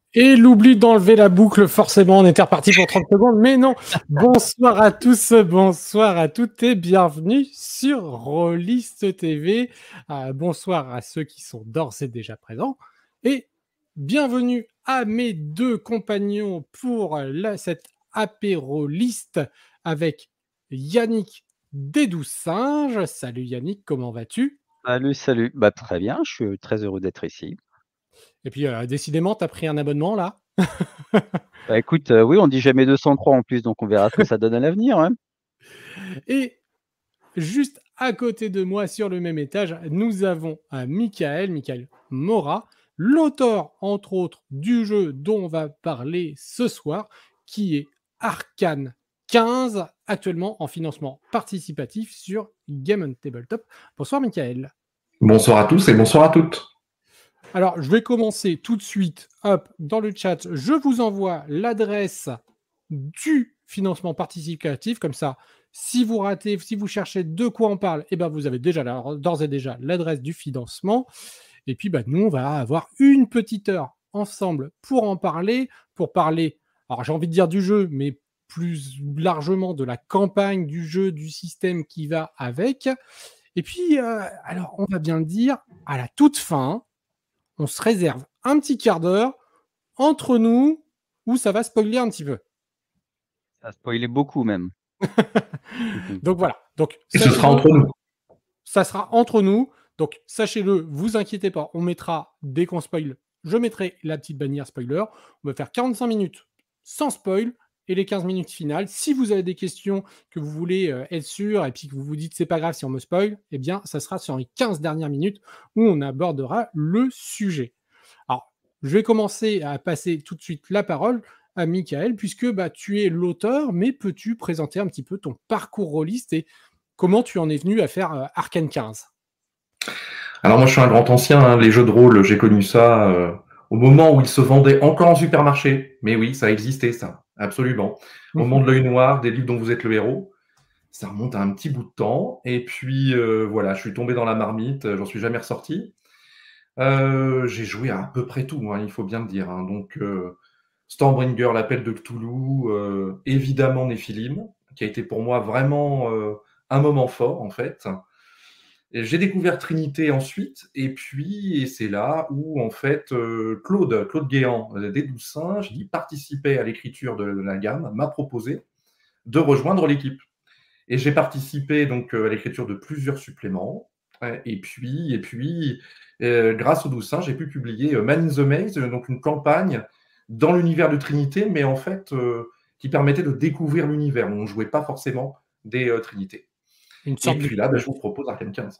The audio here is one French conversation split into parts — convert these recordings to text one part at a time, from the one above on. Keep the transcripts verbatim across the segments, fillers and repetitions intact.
Et l'oubli d'enlever la boucle, forcément, on était reparti pour trente secondes, mais non. Bonsoir à tous, bonsoir à toutes et bienvenue sur Rollist T V. Euh, bonsoir à ceux qui sont d'ores et déjà présents et bienvenue à mes deux compagnons pour la, cette apéroliste avec Yannick des Douze Singes. Salut Yannick, comment vas-tu? Salut, salut. Bah, très bien, je suis très heureux d'être ici. Et puis, euh, décidément, tu as pris un abonnement là? Bah, écoute, euh, oui, on dit jamais deux cent trois en plus, donc on verra ce que ça donne à l'avenir. Hein. Et juste à côté de moi, sur le même étage, nous avons un Michael, Michael Mora, l'auteur, entre autres, du jeu dont on va parler ce soir, qui est Arcane quinze, actuellement en financement participatif sur Game on Tabletop. Bonsoir Michael. Bonsoir à tous et bonsoir à toutes. Alors, je vais commencer tout de suite. Hop, dans le chat, je vous envoie l'adresse du financement participatif. Comme ça, si vous ratez, si vous cherchez de quoi on parle, eh ben, vous avez déjà d'ores et déjà l'adresse du financement. Et puis, bah, nous, on va avoir une petite heure ensemble pour en parler, pour parler, alors j'ai envie de dire du jeu, mais plus largement de la campagne du jeu, du système qui va avec. Et puis, euh, alors, on va bien le dire, à la toute fin, on se réserve un petit quart d'heure entre nous où ça va spoiler un petit peu. Ça a spoilé beaucoup même. Donc voilà. Donc, Et ce sera entre nous. Ça sera entre nous. Donc sachez-le, vous inquiétez pas, on mettra, dès qu'on spoil, je mettrai la petite bannière spoiler. On va faire quarante-cinq minutes sans spoil et les quinze minutes finales. Si vous avez des questions que vous voulez euh, être sûr et puis que vous vous dites c'est pas grave si on me spoil, eh bien ça sera sur les quinze dernières minutes où on abordera le sujet. Alors, je vais commencer à passer tout de suite la parole à Michael, puisque bah, tu es l'auteur, mais peux-tu présenter un petit peu ton parcours rôliste et comment tu en es venu à faire euh, Arcane quinze? Alors moi je suis un grand ancien, hein, les jeux de rôle, j'ai connu ça euh, au moment où ils se vendaient encore en supermarché. Mais oui, ça existait ça, absolument. Au moment de l'œil noir, des livres dont vous êtes le héros, ça remonte à un petit bout de temps. Et puis euh, voilà, je suis tombé dans la marmite, j'en suis jamais ressorti. Euh, j'ai joué à à peu près tout, hein, il faut bien le dire. Hein. Donc euh, Stormbringer, l'appel de Cthulhu, euh, évidemment Néphilim, qui a été pour moi vraiment euh, un moment fort en fait. Et j'ai découvert Trinité ensuite, et puis et c'est là où en fait euh, Claude, Claude Guéant euh, des Douze Singes, qui participait à l'écriture de, de la gamme, m'a proposé de rejoindre l'équipe. Et j'ai participé donc euh, à l'écriture de plusieurs suppléments. Et puis, et puis euh, grâce aux Douze Singes, j'ai pu publier euh, Man in the Maze, donc une campagne dans l'univers de Trinité, mais en fait euh, qui permettait de découvrir l'univers. On ne jouait pas forcément des euh, Trinités. Une Et sorte puis de... là, bah, je vous propose Arcane quinze.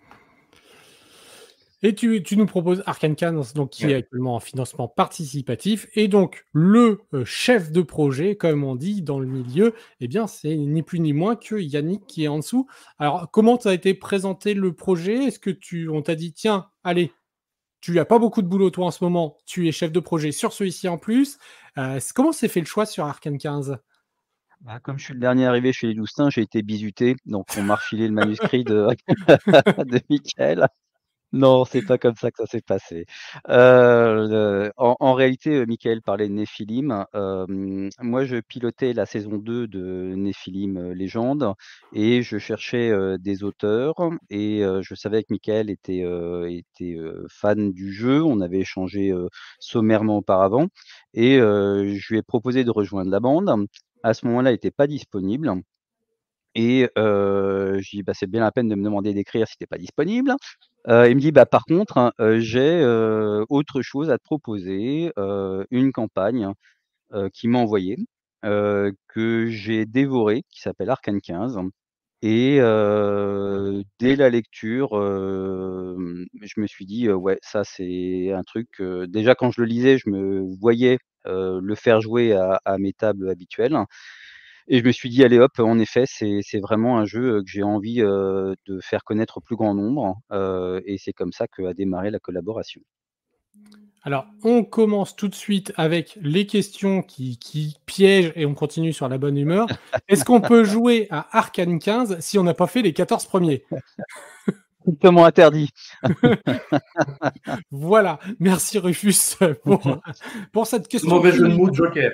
Et tu, tu nous proposes Arcane quinze, donc, qui est actuellement en financement participatif. Et donc, le euh, chef de projet, comme on dit dans le milieu, eh bien, c'est ni plus ni moins que Yannick qui est en dessous. Alors, comment ça a été présenté le projet? Est-ce que tu, on t'a dit, tiens, allez, tu n'as pas beaucoup de boulot toi en ce moment, tu es chef de projet sur celui-ci en plus. Euh, comment s'est fait le choix sur Arcane quinze? Bah, comme je suis le dernier arrivé chez les Douze Singes, j'ai été bizuté, donc on m'a refilé le manuscrit de, de Michael. Non, c'est pas comme ça que ça s'est passé. Euh, le- en, en réalité, euh, Michael parlait de Néphilim. Euh, moi, je pilotais la saison deux de Néphilim euh, Légende et je cherchais euh, des auteurs et euh, je savais que Michael était, euh, était euh, fan du jeu. On avait échangé euh, sommairement auparavant et euh, je lui ai proposé de rejoindre la bande. À ce moment-là, il n'était pas disponible. Et heu, je dis: «Bah, c'est bien la peine de me demander d'écrire si tu es pas disponible». Heu, il me dit: «Bah, par contre, hein, heu, j'ai, heu, autre chose à te proposer, heu, une campagne, heu, qu'il m'a envoyée, heu, que j'ai dévorée, qui s'appelle Arcane quinze et heu, dès la lecture, hem, je me suis dit: «Heu, ouais, ça c'est un truc», heu, déjà quand je le lisais, je me voyais, heu, le faire jouer à à mes tables habituelles. Et je me suis dit: «Allez hop, en effet, c'est c'est vraiment un jeu, heu, que j'ai envie, heu, de faire connaître au plus grand nombre», heu et c'est comme ça qu'a démarré la collaboration. Alors, on commence tout de suite avec les questions qui, qui piègent et on continue sur la bonne humeur. Est-ce qu'on peut jouer à Arcane quinze si on n'a pas fait les quatorze premiers? Strictement interdit. Voilà, merci Rufus pour, pour cette question. Mauvais jeu de mots de Joker.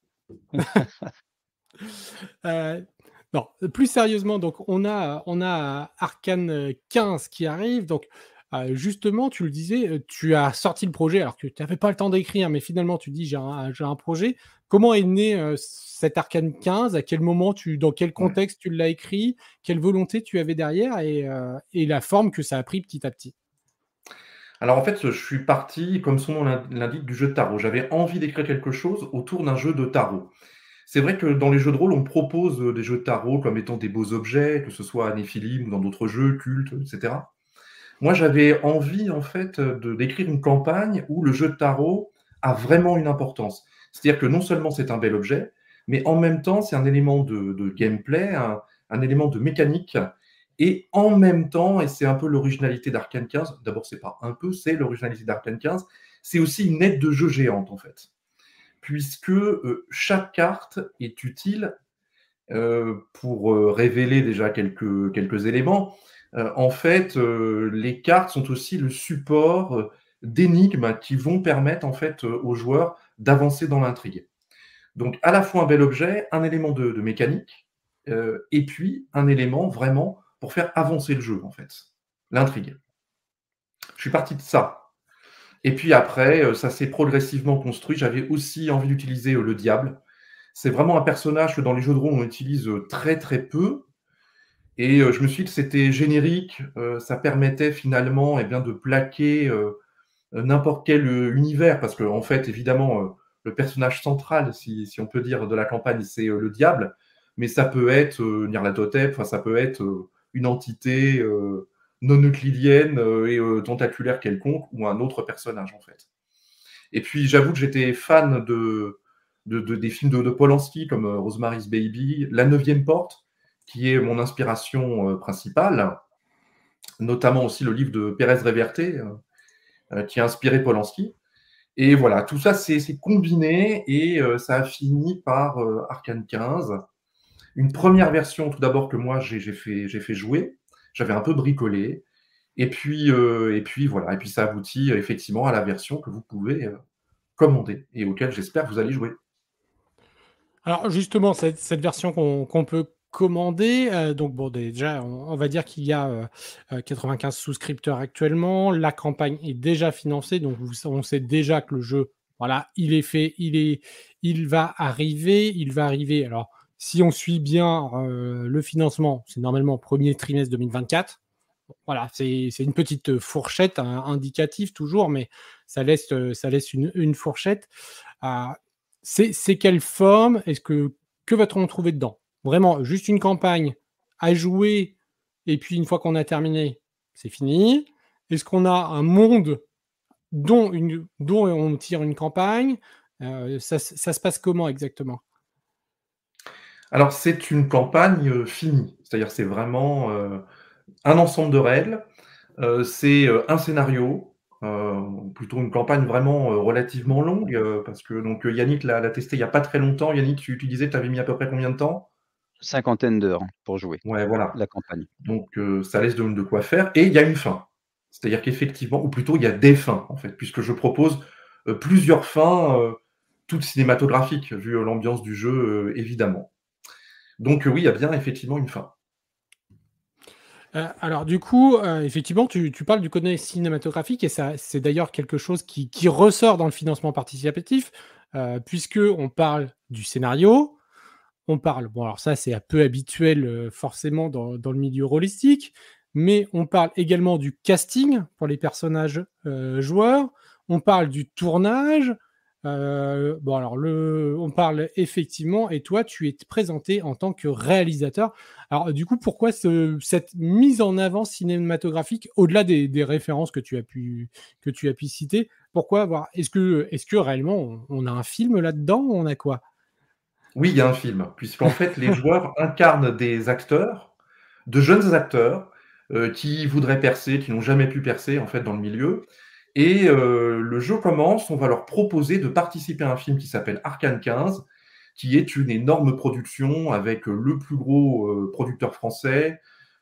Euh, non, plus sérieusement, donc on a, on a Arcane quinze qui arrive. Donc, euh, justement, tu le disais, tu as sorti le projet alors que tu n'avais pas le temps d'écrire, mais finalement, tu dis j'ai un, j'ai un projet. Comment est né euh, cet Arcane quinze? À quel moment, tu, dans quel contexte tu l'as écrit? Quelle volonté tu avais derrière et, euh, et la forme que ça a pris petit à petit? Alors en fait, je suis parti, comme son nom l'indique, du jeu de tarot. J'avais envie d'écrire quelque chose autour d'un jeu de tarot. C'est vrai que dans les jeux de rôle, on propose des jeux de tarot comme étant des beaux objets, que ce soit à Néphilim ou dans d'autres jeux, cultes, et cetera. Moi, j'avais envie, en fait, de, d'écrire une campagne où le jeu de tarot a vraiment une importance. C'est-à-dire que non seulement c'est un bel objet, mais en même temps, c'est un élément de, de gameplay, un, un élément de mécanique. Et en même temps, et c'est un peu l'originalité d'Arcane quinze, d'abord, c'est pas un peu, c'est l'originalité d'Arcane quinze, c'est aussi une aide de jeu géante, en fait. Puisque euh, chaque carte est utile euh, pour euh, révéler déjà quelques, quelques éléments. Euh, en fait, euh, les cartes sont aussi le support euh, d'énigmes qui vont permettre en fait euh, aux joueurs d'avancer dans l'intrigue. Donc, à la fois un bel objet, un élément de, de mécanique, euh, et puis un élément vraiment pour faire avancer le jeu, en fait, l'intrigue. Je suis parti de ça. Et puis après, ça s'est progressivement construit. J'avais aussi envie d'utiliser le diable. C'est vraiment un personnage que dans les jeux de rôle, on utilise très très peu. Et je me suis dit que c'était générique. Ça permettait finalement eh bien, de plaquer n'importe quel univers. Parce qu'en en fait, évidemment, le personnage central, si, si on peut dire, de la campagne, c'est le diable. Mais ça peut être Nyarlathotep, enfin, ça peut être une entité euh, non euclidienne euh, et euh, tentaculaire quelconque, ou un autre personnage, en fait. Et puis, j'avoue que j'étais fan de, de, de, des films de, de Polanski, comme euh, Rosemary's Baby, La Neuvième Porte, qui est mon inspiration euh, principale, notamment aussi le livre de Pérez Reverte, euh, qui a inspiré Polanski. Et voilà, tout ça c'est combiné et euh, ça a fini par euh, Arcane quinze. Une première version, tout d'abord, que moi j'ai fait, fait jouer. J'avais un peu bricolé. Et puis, euh, et puis voilà, et puis ça aboutit effectivement à la version que vous pouvez euh, commander et auquel j'espère que vous allez jouer. Alors justement, cette, cette version qu'on qu'on peut commander, euh, donc bon, déjà, on, on va dire qu'il y a euh, quatre-vingt-quinze souscripteurs actuellement. La campagne est déjà financée, donc vous- on sait déjà que le jeu, voilà, il est fait, il est, il va arriver, il va arriver. Alors, si on suit bien euh, le financement, c'est normalement premier trimestre deux mille vingt-quatre. Voilà, c'est c'est une petite fourchette, un indicatif toujours, mais ça laisse, euh, ça laisse une, une fourchette. Euh, c'est c'est quelle forme? Est-ce que que va-t-on trouver dedans? Vraiment, juste une campagne à jouer et puis une fois qu'on a terminé, c'est fini? Est-ce qu'on a un monde dont, une, dont on tire une campagne? Euh, ça, ça se passe comment exactement? Alors, c'est une campagne euh, finie, c'est-à-dire c'est vraiment euh, un ensemble de règles, euh, c'est euh, un scénario, euh, plutôt une campagne vraiment euh, relativement longue, euh, parce que donc Yannick l'a testé il n'y a pas très longtemps. Yannick, tu, tu disais que tu avais mis à peu près combien de temps? Cinquantaine d'heures pour jouer Ouais, voilà. la campagne. Donc, euh, ça laisse de, de quoi faire. Et il y a une fin. C'est-à-dire qu'effectivement, ou plutôt, il y a des fins, en fait, puisque je propose euh, plusieurs fins, euh, toutes cinématographiques, vu euh, l'ambiance du jeu, euh, évidemment. Donc, euh, oui, il y a bien effectivement une fin. Euh, alors du coup, euh, effectivement, tu, tu parles du côté cinématographique et ça, c'est d'ailleurs quelque chose qui, qui ressort dans le financement participatif, euh, puisque on parle du scénario, on parle, bon alors ça c'est un peu habituel euh, forcément dans, dans le milieu rôlistique, mais on parle également du casting pour les personnages euh, joueurs, on parle du tournage, euh, bon alors le, on parle effectivement, et toi tu es présenté en tant que réalisateur. Alors du coup, pourquoi ce, cette mise en avant cinématographique, au-delà des, des références que tu as pu, que tu as pu citer, pourquoi avoir, est-ce que, est-ce que réellement on, on a un film là-dedans ou on a quoi? Oui, il y a un film, puisqu'en fait, les joueurs incarnent des acteurs, de jeunes acteurs, euh, qui voudraient percer, qui n'ont jamais pu percer, en fait, dans le milieu. Et euh, le jeu commence, on va leur proposer de participer à un film qui s'appelle Arcane quinze, qui est une énorme production avec le plus gros euh, producteur français,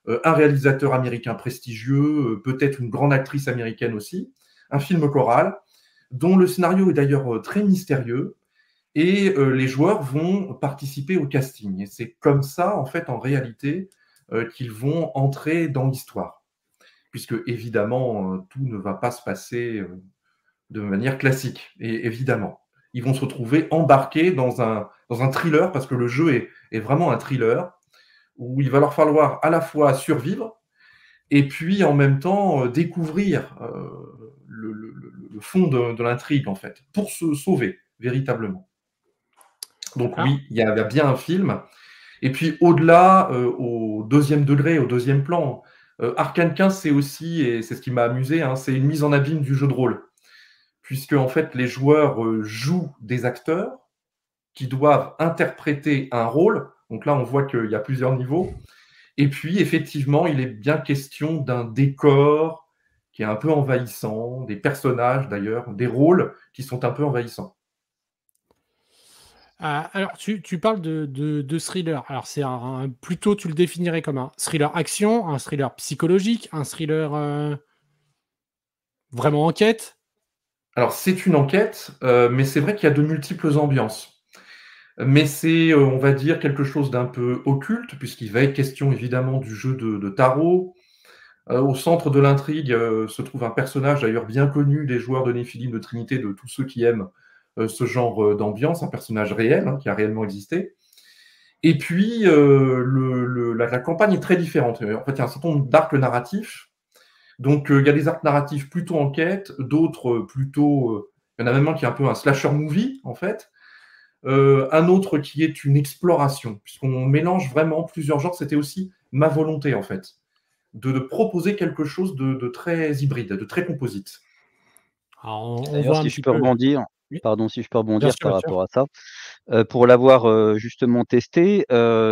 euh, un réalisateur américain prestigieux, euh, peut-être une grande actrice américaine aussi, un film choral, dont le scénario est d'ailleurs euh, très mystérieux, et euh, les joueurs vont participer au casting. Et c'est comme ça, en fait, en réalité, euh, qu'ils vont entrer dans l'histoire. Puisque, évidemment, euh, tout ne va pas se passer euh, de manière classique, et évidemment. Ils vont se retrouver embarqués dans un, dans un thriller, parce que le jeu est, est vraiment un thriller, où il va leur falloir à la fois survivre, et puis en même temps euh, découvrir euh, le, le, le, fond de, de l'intrigue, en fait, pour se sauver, véritablement. Donc Ah. oui, il y a bien un film. Et puis au-delà, euh, au deuxième degré, au deuxième plan, euh, Arcane quinze, c'est aussi, et c'est ce qui m'a amusé, hein, c'est une mise en abîme du jeu de rôle. Puisque en fait, les joueurs euh, jouent des acteurs qui doivent interpréter un rôle. Donc là, on voit qu'il y a plusieurs niveaux. Et puis, effectivement, il est bien question d'un décor qui est un peu envahissant, des personnages d'ailleurs, des rôles qui sont un peu envahissants. Ah, alors, tu, tu parles de, de, de thriller. Alors, c'est un, un- plutôt, tu le définirais comme un thriller action, un thriller psychologique, un thriller euh, vraiment enquête. Alors, c'est une enquête, euh, mais c'est vrai qu'il y a de multiples ambiances. Mais c'est, euh, on va dire, quelque chose d'un peu occulte, puisqu'il va être question évidemment du jeu de, de tarot. Euh, au centre de l'intrigue euh, se trouve un personnage d'ailleurs bien connu des joueurs de Néphilim, de Trinité, de tous ceux qui aiment euh, ce genre euh, d'ambiance, un personnage réel, hein, qui a réellement existé. Et puis, euh, le, le, la, la campagne est très différente. En fait, il y a un certain nombre d'arcs narratifs. Donc, euh, il y a des arcs narratifs plutôt enquête, d'autres euh, plutôt... euh, il y en a même un qui est un peu un slasher movie, en fait. Euh, un autre qui est une exploration, puisqu'on mélange vraiment plusieurs genres. C'était aussi ma volonté, en fait, de, de proposer quelque chose de, de très hybride, de très composite. Alors, on, on D'ailleurs, voit un si je petit peux peu. rebondir, Oui, pardon, si je peux bien rebondir sûr, par bien sûr. rapport à ça, euh, pour l'avoir euh, justement testé,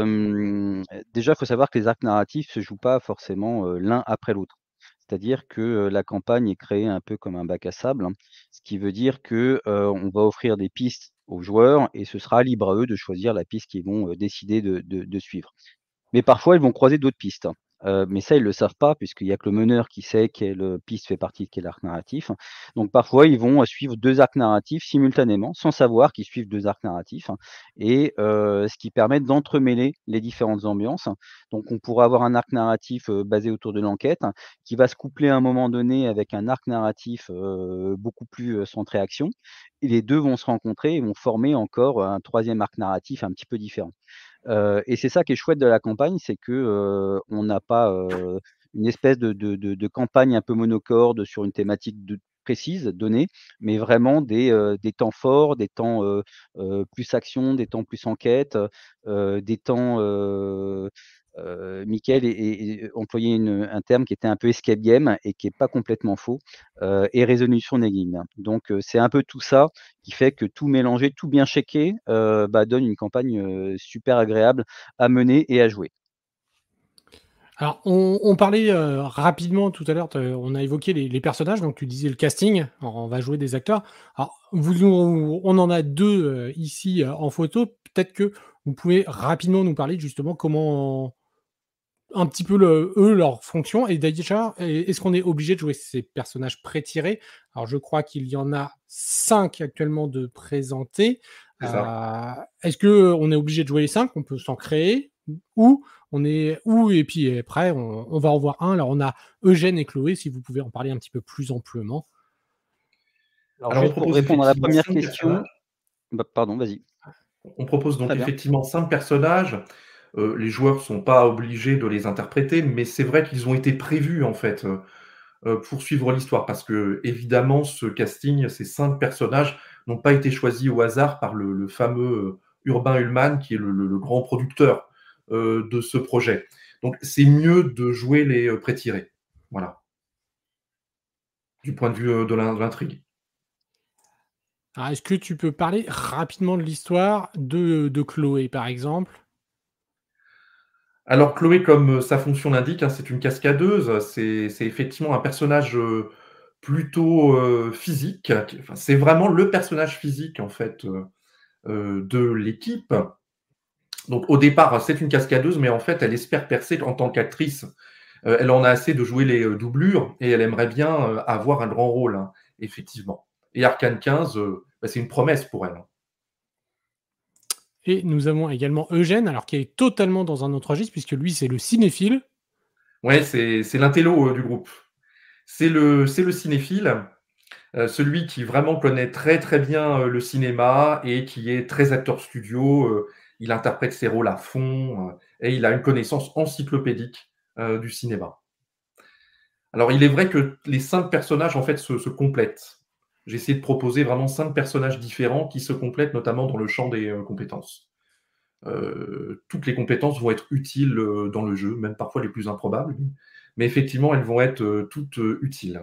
euh, déjà, il faut savoir que les arcs narratifs se jouent pas forcément euh, l'un après l'autre. C'est-à-dire que euh, la campagne est créée un peu comme un bac à sable, hein, ce qui veut dire que euh, on va offrir des pistes aux joueurs et ce sera libre à eux de choisir la piste qu'ils vont euh, décider de, de, de suivre. Mais parfois, ils vont croiser d'autres pistes, hein. Heu, mais ça, ils le savent pas puisqu'il y a que le meneur qui sait quelle, heu, piste fait partie de quel arc narratif. Donc parfois, ils vont, heu, suivre deux arcs narratifs simultanément, sans savoir qu'ils suivent deux arcs narratifs, hein, et heu, ce qui permet d'entremêler les différentes ambiances. Donc on pourra avoir un arc narratif, heu, basé autour de l'enquête, hein, qui va se coupler à un moment donné avec un arc narratif, heu, beaucoup plus, heu, centré action, et les deux vont se rencontrer et vont former encore un troisième arc narratif un petit peu différent. Heu et c'est ça qui est chouette de la campagne, c'est que, heu, on n'a pas, heu, une espèce de de de de campagne un peu monocorde sur une thématique de précise, donnée, mais vraiment des, heu, des temps forts, des temps, heu heu, plus action, des temps plus enquête, heu des temps, heu heu, Mickaël est est est employait une un terme qui était un peu escape game et qui est pas complètement faux, heu et résolution d'énigmes. Donc heu, c'est un peu tout ça qui fait que tout mélangé, tout bien shaké, heu, bah, donne une campagne, heu, super agréable à mener et à jouer. Alors, on, on parlait euh, rapidement tout à l'heure, t'as- on a évoqué les, les personnages, donc tu disais le casting, alors on va jouer des acteurs. Alors, vous, nous- on en a deux euh, ici euh, en photo, peut-être que vous pouvez rapidement nous parler justement comment, un petit peu le, eux, leur fonction, et d'ailleurs, est-ce qu'on est obligé de jouer ces personnages pré-tirés? Alors, je crois qu'il y en a cinq actuellement de présentés. C'est ça. Euh, est-ce que on est obligé de jouer les cinq? On peut s'en créer? Ou on est ou et puis après on, on va en voir un. Alors on a Eugène et Chloé, si vous pouvez en parler un petit peu plus amplement. Alors Alors, on juste pour propose répondre à la effectivement première cinq question, personnages. bah, pardon, vas-y. On propose donc Très bien. effectivement cinq personnages. Euh, les joueurs ne sont pas obligés de les interpréter, mais c'est vrai qu'ils ont été prévus en fait euh, euh, pour suivre l'histoire, parce que évidemment ce casting, ces cinq personnages n'ont pas été choisis au hasard par le, le fameux euh, Urbain Ullmann, qui est le, le- le grand producteur euh, de ce projet. Donc c'est mieux de jouer les euh, pré-tirés, voilà, du point de vue euh, de l'in- de l'intrigue. Alors, est-ce que tu peux parler rapidement de l'histoire de, de Chloé, par exemple? Alors Chloé, comme euh, sa fonction l'indique, hein, c'est une cascadeuse, c'est c'est effectivement un personnage euh, plutôt euh, physique, qui- enfin, c'est vraiment le personnage physique en fait euh, euh, de l'équipe. Donc au départ, c'est une cascadeuse, mais en fait, elle espère percer en tant qu'actrice. Euh, elle en a assez de jouer les euh, doublures et elle aimerait bien euh, avoir un grand rôle, hein, effectivement. Et Arcane quinze, euh, bah, c'est une promesse pour elle. Et nous avons également Eugène, alors qui est totalement dans un autre registre, puisque lui, c'est le cinéphile. Ouais, c'est c'est l'intello euh, du groupe. C'est le, c'est le cinéphile, euh, celui qui vraiment connaît très très bien euh, le cinéma et qui est très acteur studio. Euh, il interprète ses rôles à fond euh, et il a une connaissance encyclopédique euh, du cinéma. Alors, il est vrai que les cinq personnages, en fait, se, se complètent. J'ai essayé de proposer vraiment cinq personnages différents qui se complètent, notamment dans le champ des euh, compétences. Euh, toutes les compétences vont être utiles euh, dans le jeu, même parfois les plus improbables, mais effectivement, elles vont être euh, toutes euh, utiles.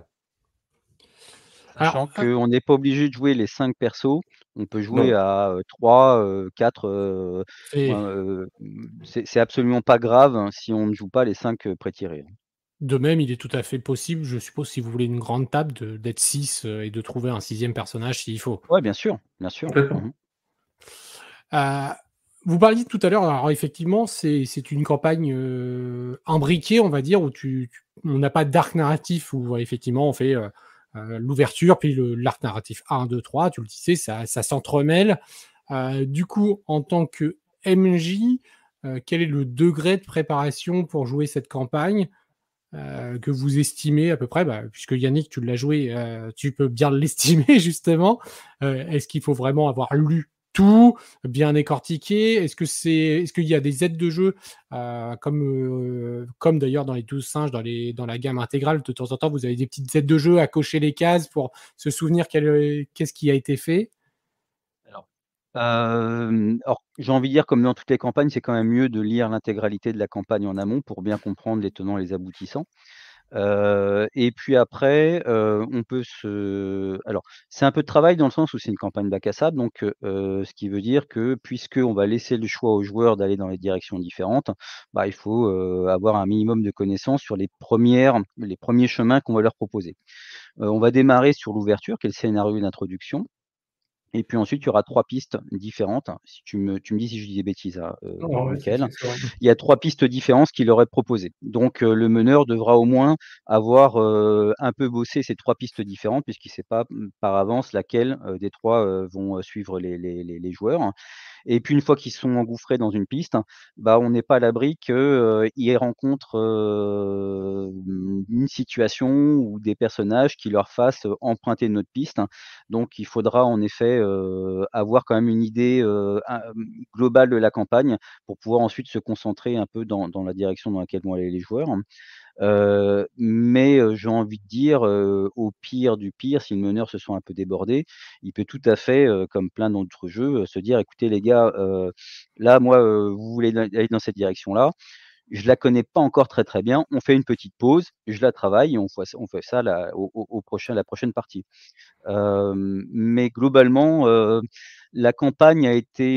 Sachant Alors, qu'on n'est pas obligé de jouer les cinq persos, on peut jouer Non, à euh, trois, euh, quatre. euh, c'est ouais, euh, c'est c'est absolument pas grave hein, si on ne joue pas les cinq euh, pré-tirés. de même, il est tout à fait possible, je suppose, si vous voulez une grande table, de- d'être six euh, et de trouver un sixième personnage s'il faut. Ouais, bien sûr, bien sûr. complètement. Mhm. Euh, vous parliez tout à l'heure, alors effectivement, c'est c'est une campagne euh, imbriquée, on va dire, où tu, tu- on n'a pas d'arc narratif, où effectivement on fait euh, euh, l'ouverture, puis le- l'arc narratif un, deux, trois, tu le disais, ça, ça s'entremêle. Euh, du coup, en tant que M J, euh, quel est le degré de préparation pour jouer cette campagne euh, que vous estimez à peu près, bah, puisque Yannick, tu l'as joué, euh, tu peux bien l'estimer justement. Euh, est-ce qu'il faut vraiment avoir lu tout, bien décortiqué? Est-ce que c'est, est-ce qu'il y a des aides de jeu euh, comme, euh, comme d'ailleurs dans les douze singes, dans, les, dans la gamme intégrale, de temps en temps, vous avez des petites aides de jeu à cocher les cases pour se souvenir quel, qu'est-ce qui a été fait? Alors, euh, alors, j'ai envie de dire, comme dans toutes les campagnes, c'est quand même mieux de lire l'intégralité de la campagne en amont pour bien comprendre les tenants et les aboutissants. Heu et puis après, heu, on peut se alors, c'est un peu de travail dans le sens où c'est une campagne bac à sable donc heu, ce qui veut dire que puisqu'on va laisser le choix aux joueurs d'aller dans les directions différentes, bah, il faut, heu, avoir un minimum de connaissances sur les premières les premiers chemins qu'on va leur proposer. Heu, on va démarrer sur l'ouverture qui est le scénario d'introduction et puis ensuite il y aura trois pistes différentes. Si tu me tu me dis si je dis des bêtises, hein, heu, Non, non, ouais, c'est Mickaël. c'est- c'est vrai. Il y a trois pistes différentes qu'il leur est proposées. Donc heu, le meneur devra au moins avoir, heu, un peu bossé ces trois pistes différentes puisqu'il ne sait pas, mmh, par avance laquelle, heu, des trois, heu, vont, heu, suivre les les les les joueurs. Et puis une fois qu'ils sont engouffrés dans une piste, bah, on n'est pas à l'abri qu'ils heu, rencontrent, hem, une situation ou des personnages qui leur fassent emprunter notre piste. Donc il faudra en effet, heu, avoir quand même une idée, heu, un hem, globale de la campagne pour pouvoir ensuite se concentrer un peu dans dans la direction dans laquelle vont aller les joueurs. Heu, mais heu, j'ai envie de dire, heu, au pire du pire, si le meneur se sent un peu débordé, il peut tout à fait, heu, comme plein d'autres jeux, heu, se dire: «Écoutez les gars, heu, là moi, heu, vous voulez da aller dans cette direction-là, je la connais pas encore très, très bien, on fait une petite pause, je la travaille et on fait ç on fait ça la au au au prochain la prochaine partie». Hem, mais globalement, heu, la campagne a été,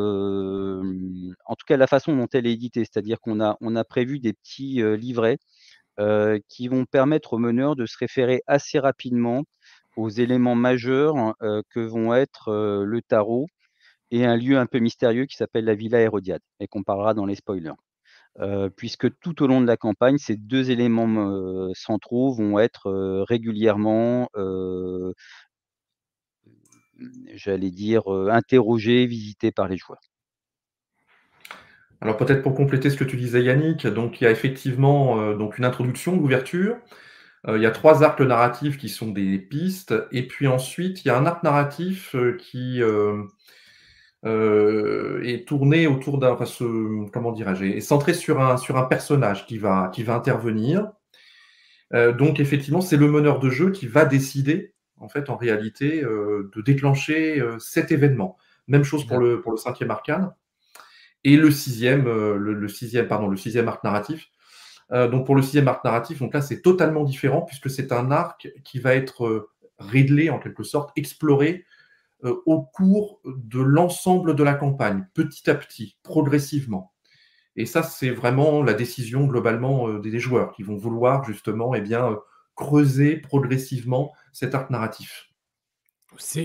hem, en tout cas la façon dont elle est éditée, c'est-à-dire qu'on a on a prévu des petits, heu, livrets heu, qui vont permettre aux meneurs de se référer assez rapidement aux éléments majeurs, heu, que vont être, heu, le tarot et un lieu un peu mystérieux qui s'appelle la Villa Hérodiade et qu'on parlera dans les spoilers. Heu, puisque tout au long de la campagne, ces deux éléments me centraux vont être, heu, régulièrement, heu, j'allais dire, heu, interrogés, visités par les joueurs. Alors peut-être pour compléter ce que tu disais Yannick, donc il y a effectivement euh, donc une introduction, l'ouverture. Euh, il y a trois arcs narratifs qui sont des pistes, et puis ensuite il y a un arc narratif euh, qui euh, euh, est tourné autour d'un, enfin, ce- comment dirais-je, est centré sur un sur un personnage qui va qui va intervenir. Euh, donc effectivement, c'est le meneur de jeu qui va décider, en fait, en réalité, euh, de déclencher euh, cet événement. Même chose pour D'accord. le pour le cinquième arcane et le sixième, euh, le, le sixième, pardon, le sixième arc narratif. Euh, donc pour le sixième arc narratif, donc là c'est totalement différent puisque c'est un arc qui va être euh, réglé en quelque sorte, exploré euh, au cours de l'ensemble de la campagne, petit à petit, progressivement. Et ça, c'est vraiment la décision globalement euh, des joueurs qui vont vouloir justement eh bien, euh, creuser progressivement cet arc narratif. C'est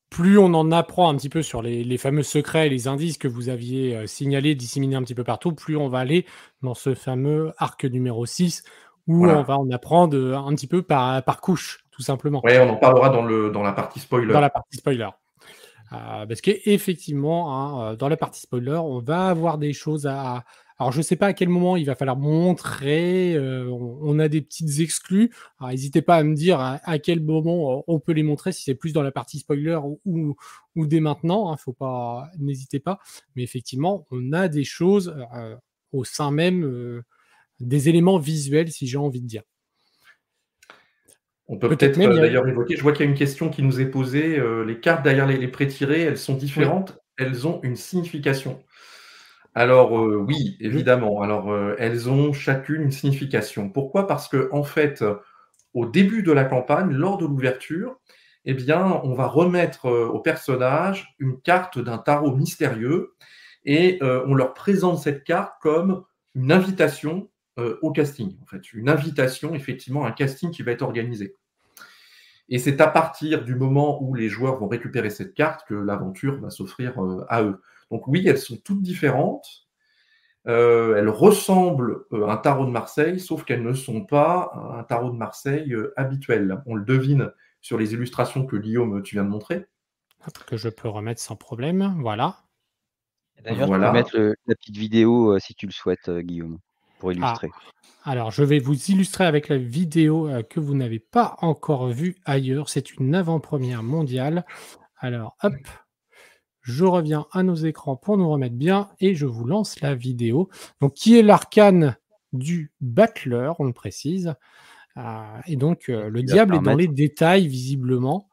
plus on en apprend un petit peu sur les les fameux secrets et les indices que vous aviez, heu, signalés, disséminés un petit peu partout, plus on va aller dans ce fameux arc numéro six où on Voilà. va en apprendre, heu, un petit peu par par couche, tout simplement. Ouais, on en parlera dans le dans la partie spoiler. Dans la partie spoiler. Heu, parce qu'effectivement, hein, heu, dans la partie spoiler, on va avoir des choses à alors je sais pas à quel moment il va falloir montrer, heu, on on a des petites exclus. Alors hésitez pas à me dire à à quel moment, heu, on peut les montrer, si c'est plus dans la partie spoiler ou ou ou dès maintenant, hein, faut pas n'hésitez pas. Mais effectivement, on a des choses, heu, au sein même, heu, des éléments visuels, si j'ai envie de dire. On peut Peut-être peut-être, même il heu, y a d'ailleurs évoquer, je vois qu'il y a une question qui nous est posée, heu, les cartes derrière les les pré-tirés, elles sont oui. différentes, elles ont une signification? Alors, Ah, heu, oui, mmh. évidemment. Alors, heu, elles ont chacune une signification. Pourquoi? Parce qu'en fait, au début de la campagne, lors de l'ouverture, eh bien, on va remettre, heu, aux personnages une carte d'un tarot mystérieux et heu, on leur présente cette carte comme une invitation, heu, au casting, en fait. Une invitation, effectivement, à un casting qui va être organisé. Et c'est à partir du moment où les joueurs vont récupérer cette carte que l'aventure va s'offrir, heu, à eux. Donc oui, elles sont toutes différentes. Heu, elles ressemblent, heu, à un tarot de Marseille, sauf qu'elles ne sont pas un tarot de Marseille, heu, habituel. On le devine sur les illustrations que Guillaume, tu viens de montrer. Hop, que je peux remettre sans problème, voilà. D'ailleurs, tu peux Voilà. mettre le la petite vidéo, heu, si tu le souhaites, heu, Guillaume, pour Ah, illustrer. alors je vais vous illustrer avec la vidéo, heu, que vous n'avez pas encore vue ailleurs. C'est une avant-première mondiale. Alors hop, je reviens à nos écrans pour nous remettre bien et je vous lance la vidéo. Donc qui est l'arcane du battleur, on le précise, heu et donc Et heu, ce le qui va diable est dans les permettre détails visiblement.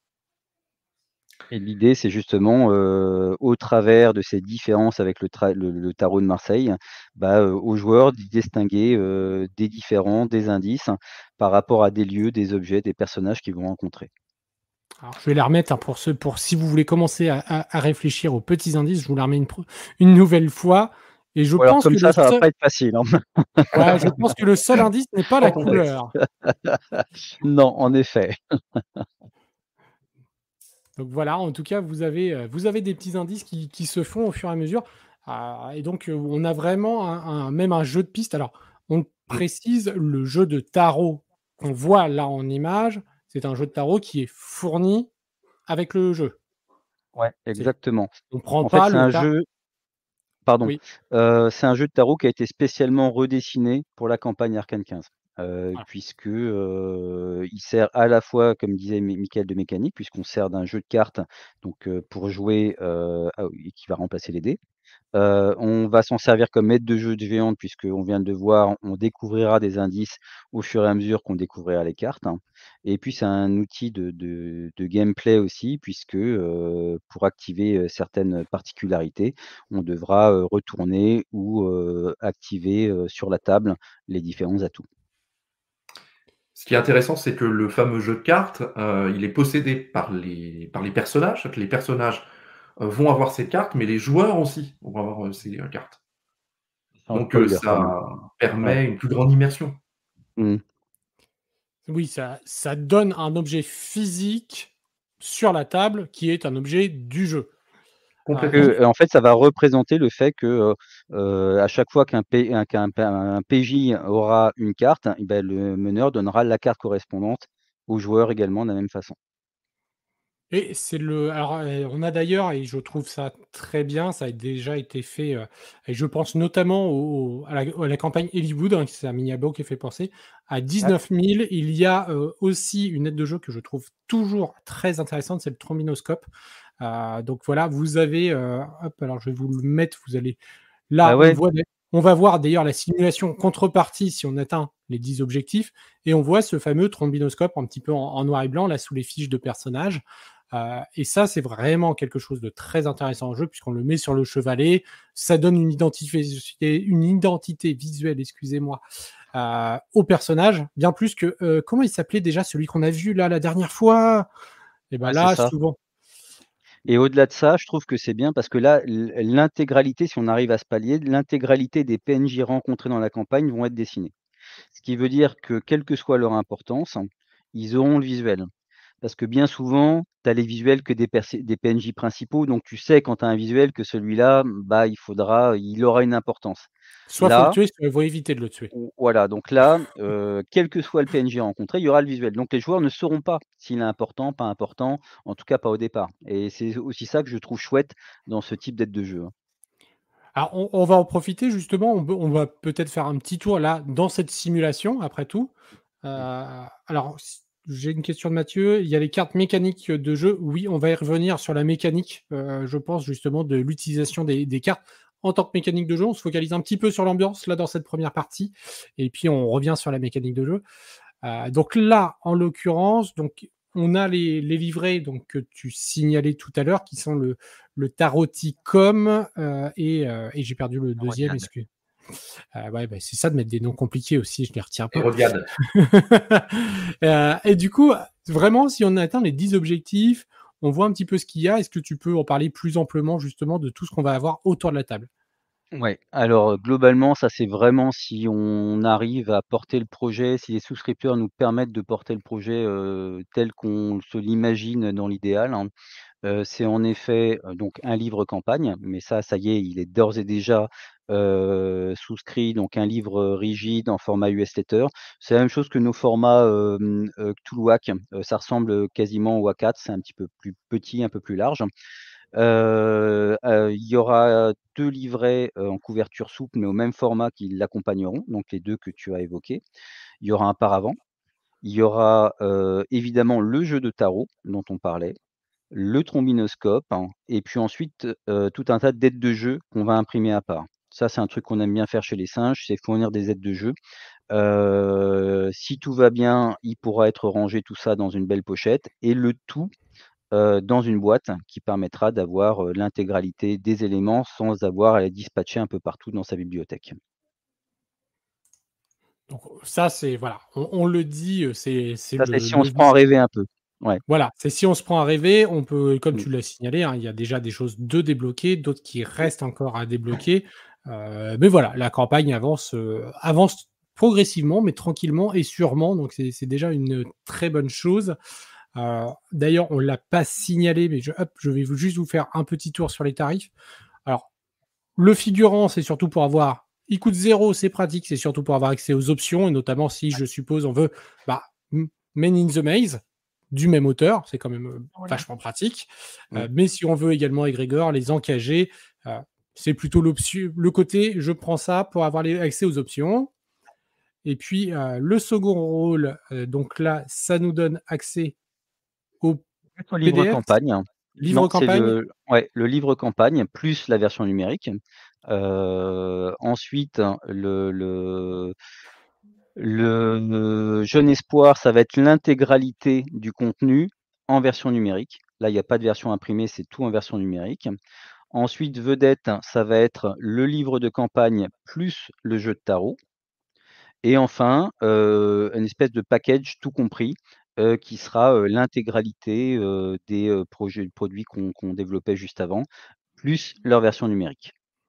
et l'idée, c'est justement, heu, au travers de ces différences avec le tra le le tarot de Marseille, bah, heu, aux joueurs d'y distinguer, heu, des différents, des indices par rapport à des lieux, des objets, des personnages qu'ils vont rencontrer. Alors je vais la remettre, hein, pour ceux pour si vous voulez commencer à à à réfléchir aux petits indices, je vous la remets une pre une nouvelle fois et je Ou alors pense comme que le ça, ça va seul pas être facile, hein. ouais, je pense que le seul indice n'est pas Sans la contexte. couleur. Non, en effet. Donc voilà, en tout cas, vous avez, heu, vous avez des petits indices qui qui se font au fur et à mesure, ah et donc heu, on a vraiment un un même un jeu de pistes. Alors, on Mmh. précise, le jeu de tarot qu'on voit là en image, c'est un jeu de tarot qui est fourni avec le jeu. Ouais, C'est exactement. on prend En fait, pas c'est le un ta jeu pardon, oui, heu, c'est un jeu de tarot qui a été spécialement redessiné pour la campagne Arcane quinze, heu, voilà. puisque, heu, il sert à la fois, comme disait Mi Mickaël, de mécanique, puisqu'on sert d'un jeu de cartes, donc heu, pour jouer, heu, ah oui, qui va remplacer les dés. Heu, on va s'en servir comme aide de jeu de géante puisqu'on vient de le voir, on découvrira des indices au fur et à mesure qu'on découvrira les cartes, hein. Et puis c'est un outil de de de gameplay aussi puisque, heu, pour activer, heu, certaines particularités, on devra, heu, retourner ou, heu, activer, heu, sur la table les différents atouts. Ce qui est intéressant, c'est que le fameux jeu de cartes, heu, il est possédé par les par les personnages. C'est-à-dire que les personnages, heu, vont avoir ces cartes, mais les joueurs aussi vont avoir, heu, ces, heu, cartes. Sans Donc heu, spoiler quand ça même. Ouais. permet une plus grande immersion. Mmh. Oui, ça ça donne un objet physique sur la table qui est un objet du jeu. Ah Complètement. et Que, en fait, ça va représenter le fait que, heu heu, à chaque fois qu'un P un qu'un P un P J aura une carte, et bah, le meneur donnera la carte correspondante aux joueurs également de la même façon. Et c'est le alors, heu, on a d'ailleurs et je trouve ça très bien, ça a déjà été fait, heu et je pense notamment au au à la à la campagne Hollywood, hein, c'est un mini abo qui est fait penser. À Ouais. dix-neuf mille, il y a, heu, aussi une aide de jeu que je trouve toujours très intéressante, c'est le trombinoscope. Heu, donc voilà, vous avez, heu, hop, alors je vais vous le mettre, vous allez Bah, là, on ouais, voit des on va voir d'ailleurs la simulation contrepartie si on atteint les dix objectifs et on voit ce fameux trombinoscope un petit peu en en noir et blanc là sous les fiches de personnages. Heu et ça, c'est vraiment quelque chose de très intéressant en jeu puisqu'on le met sur le chevalet. Ça donne une identifé une identité visuelle, excusez-moi, heu, au personnage, bien plus que, heu, comment il s'appelait déjà celui qu'on a vu là la dernière fois? Et ben ouais, c'est là, ça. souvent Et au-delà de ça, je trouve que c'est bien parce que là, l l'intégralité, si on arrive à ce palier, l'intégralité des P N J rencontrés dans la campagne vont être dessinés. Ce qui veut dire que quelle que soit leur importance, ils auront le visuel. Parce que bien souvent, tu as les visuels que des, perso- des P N J principaux, donc tu sais quand tu as un visuel que celui-là, bah, il faudra, il aura une importance. Soit faut le Là, tuer, soit il faut éviter de le tuer. ou- voilà, donc là, euh, quel que soit le P N J rencontré, il y aura le visuel. Donc les joueurs ne sauront pas s'il est important, pas important, en tout cas pas au départ. Et c'est aussi ça que je trouve chouette dans ce type d'aide de jeu, hein. Alors, on, on va en profiter justement. On, peut- on va peut-être faire un petit tour là dans cette simulation, après tout. Euh, alors, si- j'ai une question de Mathieu. Il y a les cartes mécaniques de jeu. Oui, on va y revenir sur la mécanique, euh, je pense, justement, de l'utilisation des, des cartes en tant que mécanique de jeu. On se focalise un petit peu sur l'ambiance là dans cette première partie. Et puis, on revient sur la mécanique de jeu. Euh, donc là, en l'occurrence, donc on a les, les livrets donc, que tu signalais tout à l'heure, qui sont le, le Taroticom euh, et, euh, et j'ai perdu le deuxième, Hérodiade. excuse. Euh, ouais, bah, c'est ça de mettre des noms compliqués aussi, je les retiens pas. Hérodiade. Euh, et du coup, vraiment, si on atteint les dix objectifs, on voit un petit peu ce qu'il y a. Est-ce que tu peux en parler plus amplement justement de tout ce qu'on va avoir autour de la table? Ouais, alors euh, globalement, ça c'est vraiment si on arrive à porter le projet, si les souscripteurs nous permettent de porter le projet euh, tel qu'on se l'imagine dans l'idéal, hein. Heu, c'est en effet, heu, donc un livre campagne, mais ça, ça y est, il est d'ores et déjà, heu, souscrit, donc un livre, heu, rigide en format U S Letter. C'est la même chose que nos formats, hem, heu, Cthulhuac, heu, ça ressemble, quasiment au A quatre, c'est un petit peu plus petit, un peu plus large. Heu heu, il y aura deux livrets, heu, en couverture souple, mais au même format qui l'accompagneront, donc les deux que tu as évoqués. Il y aura un paravent, il y aura, heu, évidemment le jeu de tarot dont on parlait, le trombinoscope, hein, et puis ensuite, heu, tout un tas d'aides de jeu qu'on va imprimer à part. Ça, c'est un truc qu'on aime bien faire chez les singes, c'est fournir des aides de jeu. Heu, si tout va bien, il pourra être rangé tout ça dans une belle pochette et le tout, heu, dans une boîte qui permettra d'avoir, heu, l'intégralité des éléments sans avoir à les dispatcher un peu partout dans sa bibliothèque. Donc ça, c'est voilà, on, on le dit, euh, c'est c'est Ça, c'est le, si on le se prend à rêver un peu. Ouais. Voilà, c'est si on se prend à rêver, on peut, comme Mmh. tu l'as signalé, hein, il y a déjà des choses de débloquer, d'autres qui restent encore à débloquer. Euh, mais voilà, la campagne avance, euh, avance progressivement, mais tranquillement et sûrement. Donc c'est c'est déjà une très bonne chose. Euh, D'ailleurs, on l'a pas signalé, mais je, hop, je vais vous- juste vous faire un petit tour sur les tarifs. Alors, le figurant, c'est surtout pour avoir. Il coûte zéro, c'est pratique, c'est surtout pour avoir accès aux options, et notamment si, je suppose, on veut bah, M- Men in the Maze, du même auteur, c'est quand même euh, Voilà. vachement pratique. Mmh. Euh, mais si on veut également égrégore, les encagés, euh, c'est plutôt l'option, le côté je prends ça pour avoir les, accès aux options. Et puis euh, le second rôle, euh, donc là, ça nous donne accès au Au livre P D F, campagne, hein. livre Non, c'est campagne. le ouais, le livre campagne plus la version numérique. Heu, ensuite, hein, le le le Jeune Espoir, ça va être l'intégralité du contenu en version numérique. Là, il y a pas de version imprimée, c'est tout en version numérique. Ensuite, Vedette, ça va être le livre de campagne plus le jeu de tarot. Et enfin, heu, une espèce de package tout compris, heu, qui sera, heu, l'intégralité, heu, des, heu, projets produits qu'on qu'on développait juste avant, plus leur version numérique.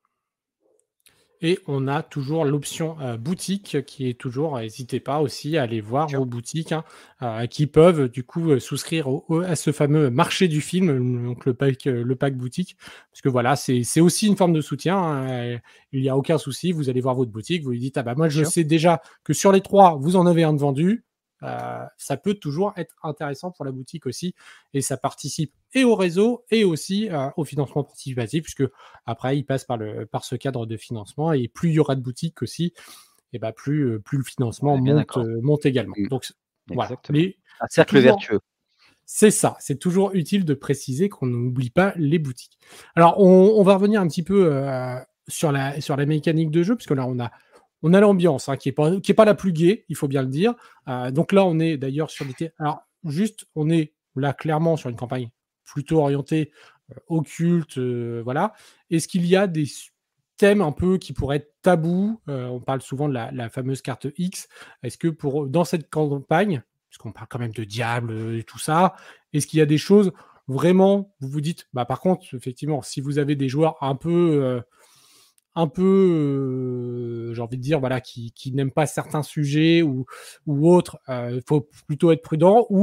Et on a toujours l'option euh, boutique qui est toujours, n'hésitez pas aussi à aller voir Sûr. vos boutiques hein, euh, qui peuvent du coup euh, souscrire au- au- à ce fameux marché du film, donc le pack, euh, le pack boutique. Parce que voilà, c'est c'est aussi une forme de soutien, hein, euh, il n'y a aucun souci, vous allez voir votre boutique, vous lui dites, ah bah moi Bien je sûr. sais déjà que sur les trois, vous en avez un de vendu. Euh, ça peut toujours être intéressant pour la boutique aussi et ça participe et au réseau et aussi euh, au financement participatif puisque après, il passe par, le, par ce cadre de financement et plus il y aura de boutiques aussi, et bah plus, euh, plus le On financement est bien monte, d'accord. euh, monte également. Mmh. Donc voilà, Exactement. les, Un c'est cercle toujours, vertueux. c'est ça, c'est toujours utile de préciser qu'on n'oublie pas les boutiques. Alors on, on va revenir un petit peu euh, sur, la, sur la mécanique de jeu, puisque là on a, on a l'ambiance hein, qui n'est pas, qui est pas la plus gaie, il faut bien le dire. Euh, donc là on est d'ailleurs sur des... thé- Alors juste, on est là clairement sur une campagne plutôt orientée euh, occulte, euh, voilà. Est-ce qu'il y a des thèmes un peu qui pourraient être tabous? Euh, on parle souvent de la, la fameuse carte X. Est-ce que pour dans cette campagne, puisqu'on parle quand même de diable euh, et tout ça, est-ce qu'il y a des choses vraiment, vous vous dites, bah par contre, effectivement, si vous avez des joueurs un peu, euh, un peu, euh, j'ai envie de dire, voilà, qui, qui n'aiment pas certains sujets ou, ou autres, il euh, faut plutôt être prudent, ou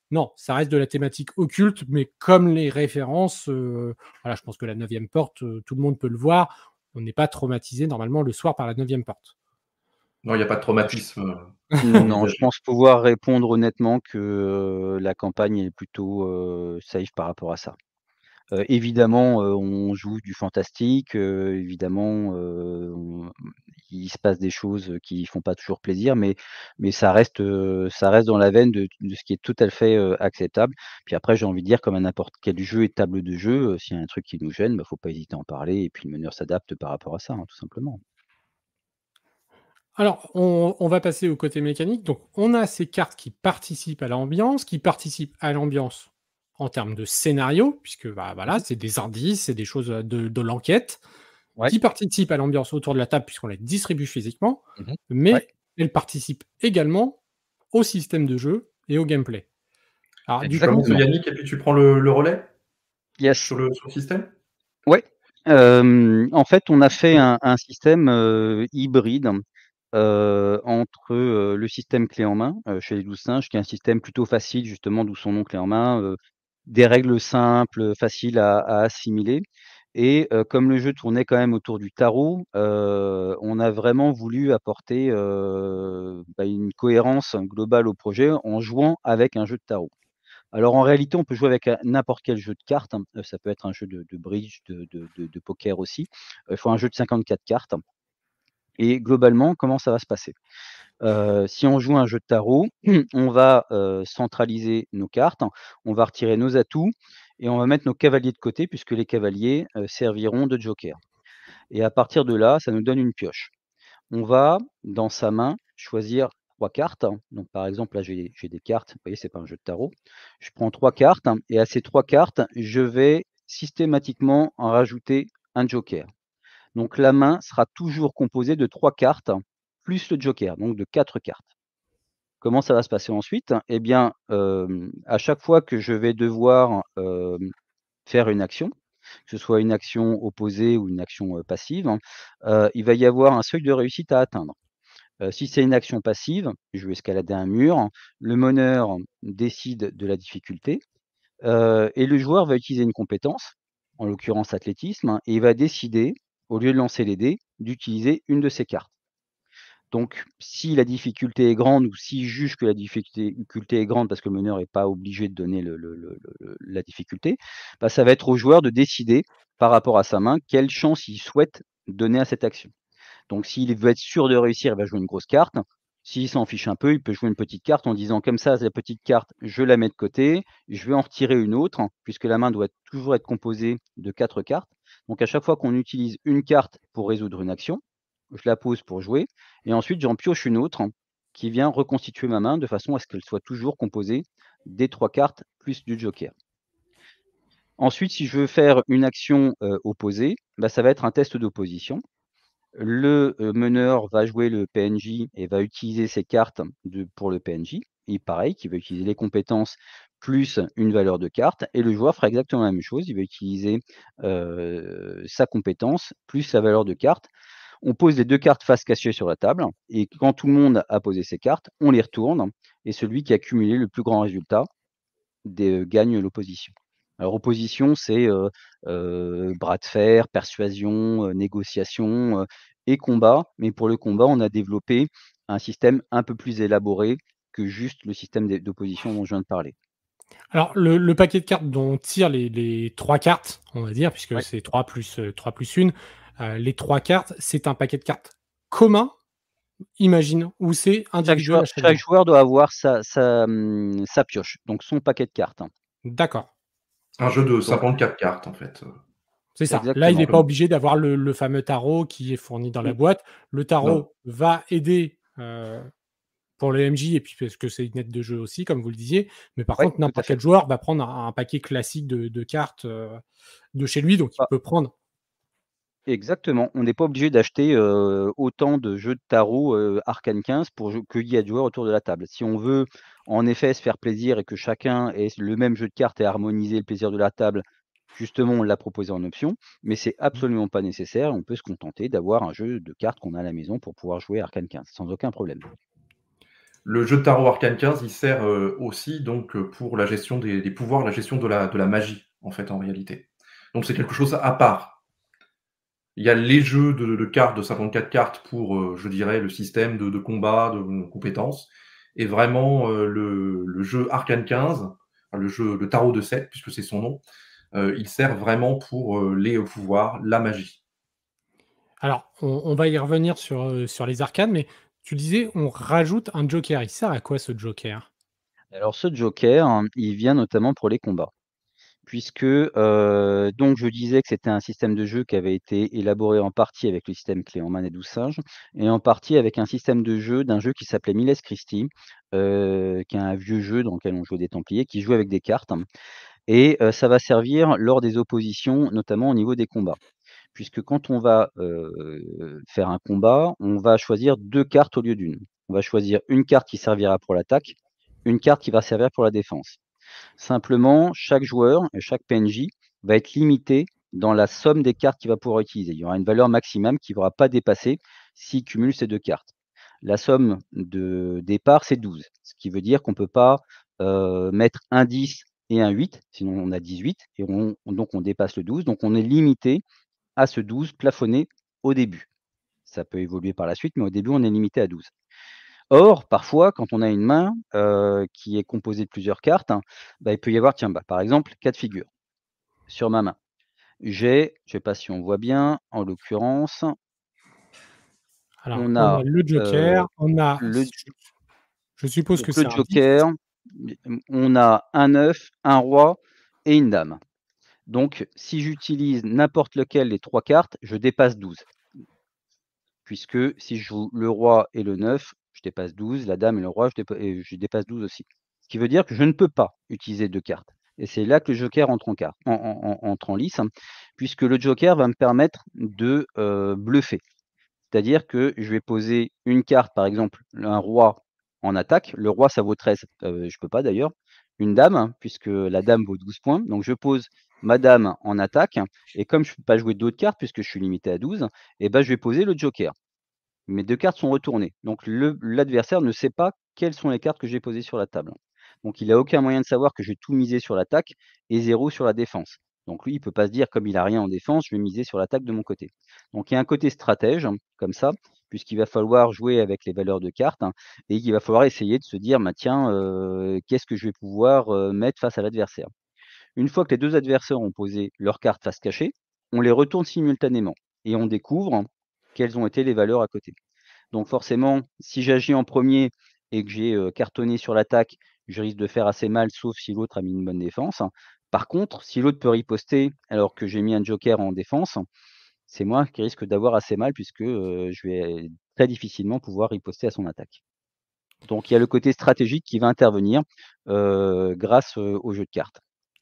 non, ça reste de la thématique occulte, mais comme les références, euh, voilà, je pense que la neuvième porte, euh, tout le monde peut le voir. On n'est pas traumatisé normalement le soir par la neuvième porte. Non, il n'y a pas de traumatisme Non, je envisagé. pense pouvoir répondre honnêtement que euh, la campagne est plutôt euh, safe par rapport à ça. Euh, évidemment, euh, on joue du fantastique, euh, évidemment, euh, on- il se passe des choses qui font pas toujours plaisir, mais, mais ça reste, euh, ça reste dans la veine de, de ce qui est tout à fait euh, acceptable. Puis après, j'ai envie de dire, comme à n'importe quel jeu et table de jeu, euh, s'il y a un truc qui nous gêne, bah, faut pas hésiter à en parler, et puis le meneur s'adapte par rapport à ça, hein, tout simplement. Alors, on, on va passer au côté mécanique. Donc, on a ces cartes qui participent à l'ambiance, qui participent à l'ambiance en termes de scénario, puisque bah, voilà, Mhm. c'est des indices, c'est des choses de, de l'enquête, Ouais. qui participent à l'ambiance autour de la table, puisqu'on les distribue physiquement, Mhm. Ouais, mais elles participent également au système de jeu et au gameplay. Alors, du Tu annonces coup, exactement. Yannick et puis tu prends le, le relais Yes. sur le, sur le système? Ouais. Euh, en fait, on a fait un, un système euh, hybride euh, entre euh, le système clé en main euh, chez les douze singes, qui est un système plutôt facile, justement, d'où son nom clé en main, euh, des règles simples, faciles à, à assimiler. Et euh, comme le jeu tournait quand même autour du tarot, euh, on a vraiment voulu apporter euh, bah, une cohérence globale au projet en jouant avec un jeu de tarot. Alors en réalité, on peut jouer avec un- n'importe quel jeu de cartes, hein. Euh, Ça peut être un jeu de, de bridge, de, de- de- de poker aussi. Euh, Il faut un jeu de cinquante-quatre cartes. Et globalement, comment ça va se passer? Euh, si on joue un jeu de tarot, on va euh, centraliser nos cartes, on va retirer nos atouts et on va mettre nos cavaliers de côté puisque les cavaliers euh, serviront de joker. Et à partir de là, ça nous donne une pioche. On va, dans sa main, choisir trois cartes. Donc, par exemple, là, j'ai j'ai des cartes. Vous voyez, c'est pas un jeu de tarot. Je prends trois cartes et à ces trois cartes, je vais systématiquement en rajouter un joker. Donc, la main sera toujours composée de trois cartes plus le joker, donc de quatre cartes. Comment ça va se passer ensuite? Eh bien, euh, à chaque fois que je vais devoir euh, faire une action, que ce soit une action opposée ou une action euh, passive, hein, euh, il va y avoir un seuil de réussite à atteindre. Euh, si c'est une action passive, je vais escalader un mur, le meneur décide de la difficulté euh, et le joueur va utiliser une compétence, en l'occurrence athlétisme, hein, et il va décider, au lieu de lancer les dés, d'utiliser une de ses cartes. Donc, si la difficulté est grande ou s'il juge que la difficulté est grande parce que le meneur n'est pas obligé de donner le, le, le, le, la difficulté, bah, ça va être au joueur de décider par rapport à sa main quelle chance il souhaite donner à cette action. Donc, s'il veut être sûr de réussir, il va jouer une grosse carte. S'il s'en fiche un peu, il peut jouer une petite carte en disant comme ça, la petite carte, je la mets de côté, je vais en retirer une autre, puisque la main doit toujours être composée de quatre cartes. Donc, à chaque fois qu'on utilise une carte pour résoudre une action, je la pose pour jouer, et ensuite j'en pioche une autre qui vient reconstituer ma main de façon à ce qu'elle soit toujours composée des trois cartes plus du joker. Ensuite, si je veux faire une action euh, opposée, bah, ça va être un test d'opposition. Le euh, meneur va jouer le P N J et va utiliser ses cartes de, pour le P N J. Et pareil, qui va utiliser les compétences plus une valeur de carte. Et le joueur fera exactement la même chose. Il va utiliser euh, sa compétence plus la valeur de carte. On pose les deux cartes face cachée sur la table. Et quand tout le monde a posé ses cartes, on les retourne. Et celui qui a cumulé le plus grand résultat des, euh, gagne l'opposition. Alors, opposition, c'est euh, euh, bras de fer, persuasion, euh, négociation euh, et combat. Mais pour le combat, on a développé un système un peu plus élaboré que juste le système d'opposition dont je viens de parler. alors le, le paquet de cartes dont on tire les, les trois cartes, on va dire, puisque Ouais. c'est trois plus, euh, trois plus une, euh, les trois cartes, c'est un paquet de cartes commun, imagine, ou c'est Chaque individuel joueur, à chaque chaque joueur. joueur doit avoir sa, sa, hum, sa pioche, donc son paquet de cartes. D'accord. Un jeu de Donc, cinquante-quatre cartes, en fait. C'est ça. Là, il n'est exactement. pas obligé d'avoir le, le fameux tarot qui est fourni dans la Mm. boîte. Le Non. tarot va aider euh, pour le M J et puis parce que c'est une aide de jeu aussi, comme vous le disiez. Mais par Ouais, contre, tout à n'importe fait. quel joueur va prendre un, un paquet classique de, de cartes euh, de chez lui, donc il Ah, peut prendre. exactement. On n'est pas obligé d'acheter euh, autant de jeux de tarot euh, Arcane quinze pour jou- qu'il y ait de joueurs autour de la table. Si on veut en effet se faire plaisir et que chacun ait le même jeu de cartes et harmoniser le plaisir de la table, justement, on l'a proposé en option, mais c'est absolument pas nécessaire. On peut se contenter d'avoir un jeu de cartes qu'on a à la maison pour pouvoir jouer Arcane quinze sans aucun problème. Le jeu de tarot Arcane quinze, il sert euh, aussi donc pour la gestion des, des pouvoirs, la gestion de la, de la magie, en fait, en réalité. Donc c'est quelque chose à part. Il y a les jeux de, de cartes, de cinquante-quatre cartes pour, euh, je dirais, le système de, de combat, de compétences. Et vraiment, euh, le, le jeu Arcane quinze, le jeu le tarot de sept, puisque c'est son nom, euh, il sert vraiment pour euh, les pouvoirs, la magie. Alors, on, on va y revenir sur, euh, sur les arcanes, mais tu disais, on rajoute un joker. Il sert à quoi ce joker? Alors ce joker, hein, il vient notamment pour les combats. Puisque euh, donc je disais que c'était un système de jeu qui avait été élaboré en partie avec le système clé en main des douze singes, et en partie avec un système de jeu d'un jeu qui s'appelait Miles Christi, euh, qui est un vieux jeu dans lequel on jouait des Templiers, qui joue avec des cartes, et euh, ça va servir lors des oppositions, notamment au niveau des combats. Puisque quand on va euh, faire un combat, on va choisir deux cartes au lieu d'une. On va choisir une carte qui servira pour l'attaque, une carte qui va servir pour la défense. Simplement, chaque joueur, chaque P N J va être limité dans la somme des cartes qu'il va pouvoir utiliser. Il y aura une valeur maximum qui ne pourra pas dépasser s'il cumule ces deux cartes. La somme de départ, c'est douze, ce qui veut dire qu'on ne peut pas euh, mettre un dix et un huit, sinon on a dix-huit, et on, donc on dépasse le douze. Donc on est limité à ce douze plafonné au début. Ça peut évoluer par la suite, mais au début, on est limité à douze. Or, parfois, quand on a une main euh, qui est composée de plusieurs cartes, hein, bah, il peut y avoir, tiens, bah, par exemple, quatre figures sur ma main. J'ai, je ne sais pas si on voit bien, en l'occurrence, Alors, on on a, a le joker, euh, on a, le, je suppose que donc c'est le un dix. joker, on a un neuf, un roi et une dame. Donc, si j'utilise n'importe lequel des trois cartes, je dépasse douze. Puisque si je joue le roi et le neuf, je dépasse douze, la dame et le roi, je, dépa et je dépasse douze aussi. Ce qui veut dire que je ne peux pas utiliser deux cartes. Et c'est là que le joker entre en, carte, en, en, en, entre en lice, hein, puisque le joker va me permettre de euh, bluffer. C'est-à-dire que je vais poser une carte, par exemple, un roi en attaque. Le roi, ça vaut treize. Euh, je ne peux pas d'ailleurs. Une dame, hein, puisque la dame vaut douze points. Donc je pose ma dame en attaque. Et comme je ne peux pas jouer d'autres cartes, puisque je suis limité à douze, eh ben, je vais poser le joker. Mes deux cartes sont retournées. Donc l'adversaire ne sait pas quelles sont les cartes que j'ai posées sur la table. Donc il n'a aucun moyen de savoir que je vais tout miser sur l'attaque et zéro sur la défense. Donc lui, il ne peut pas se dire, comme il n'a rien en défense, je vais miser sur l'attaque de mon côté. Donc il y a un côté stratège, hein, comme ça, puisqu'il va falloir jouer avec les valeurs de cartes, hein, et il va falloir essayer de se dire, bah, tiens, euh, qu'est-ce que je vais pouvoir euh, mettre face à l'adversaire. Une fois que les deux adversaires ont posé leurs cartes face cachée, on les retourne simultanément et on découvre, hein, quelles ont été les valeurs à côté. Donc forcément, si j'agis en premier et que j'ai euh, cartonné sur l'attaque, je risque de faire assez mal, sauf si l'autre a mis une bonne défense. Par contre, si l'autre peut riposter alors que j'ai mis un joker en défense, c'est moi qui risque d'avoir assez mal puisque euh, je vais très difficilement pouvoir riposter à son attaque. Donc il y a le côté stratégique qui va intervenir euh, grâce euh, au jeu de cartes.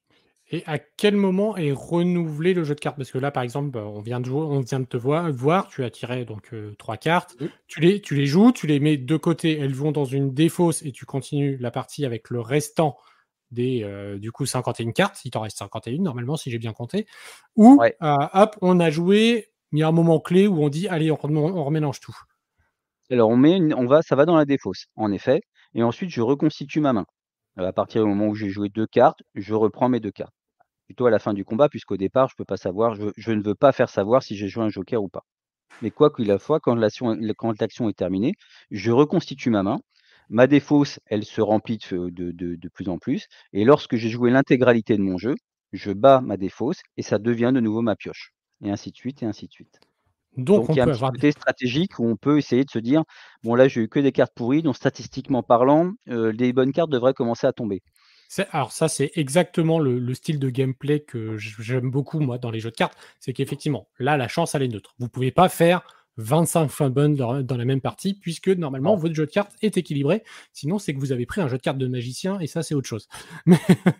Et à quel moment est renouvelé le jeu de cartes? Parce que là, par exemple, bah, on vient de jouer, on vient de te voir, voir tu as tiré donc euh, trois cartes, Mmh. tu les, tu les joues, tu les mets de côté, elles vont dans une défausse et tu continues la partie avec le restant des euh, du coup cinquante et une cartes, il t'en reste cinquante et une normalement si j'ai bien compté. Ou Ouais. euh, hop, on a joué, il y a un moment clé où on dit allez, on, rem- on remélange tout. Alors on met une on va ça va dans la défausse, en effet, et ensuite je reconstitue ma main. Heu, à partir du moment où j'ai joué deux cartes, je reprends mes deux cartes. Plutôt à la fin du combat, puisqu'au départ, je peux pas savoir, je je ne veux pas faire savoir si j'ai joué un joker ou pas. Mais quoi qu'il a fois, quand l'action quand l'action est terminée, je reconstitue ma main. Ma défausse, elle se remplit de de de de plus en plus, et lorsque j'ai joué l'intégralité de mon jeu, je bats ma défausse et ça devient de nouveau ma pioche, et ainsi de suite et ainsi de suite. Donc Donc on il y a un peut petit avoir des... côté stratégique où on peut essayer de se dire: «Bon là, j'ai eu que des cartes pourries, donc statistiquement parlant, heu, les bonnes cartes devraient commencer à tomber». C'est- Alors ça, c'est exactement le, le style de gameplay que j- j'aime beaucoup, moi, dans les jeux de cartes. C'est qu'effectivement, là, la chance, elle est neutre. Vous pouvez pas faire vingt-cinq fumbles dans, dans la même partie, puisque normalement, Non. votre jeu de cartes est équilibré. Sinon, c'est que vous avez pris un jeu de cartes de magicien, et ça, c'est autre chose. Mais,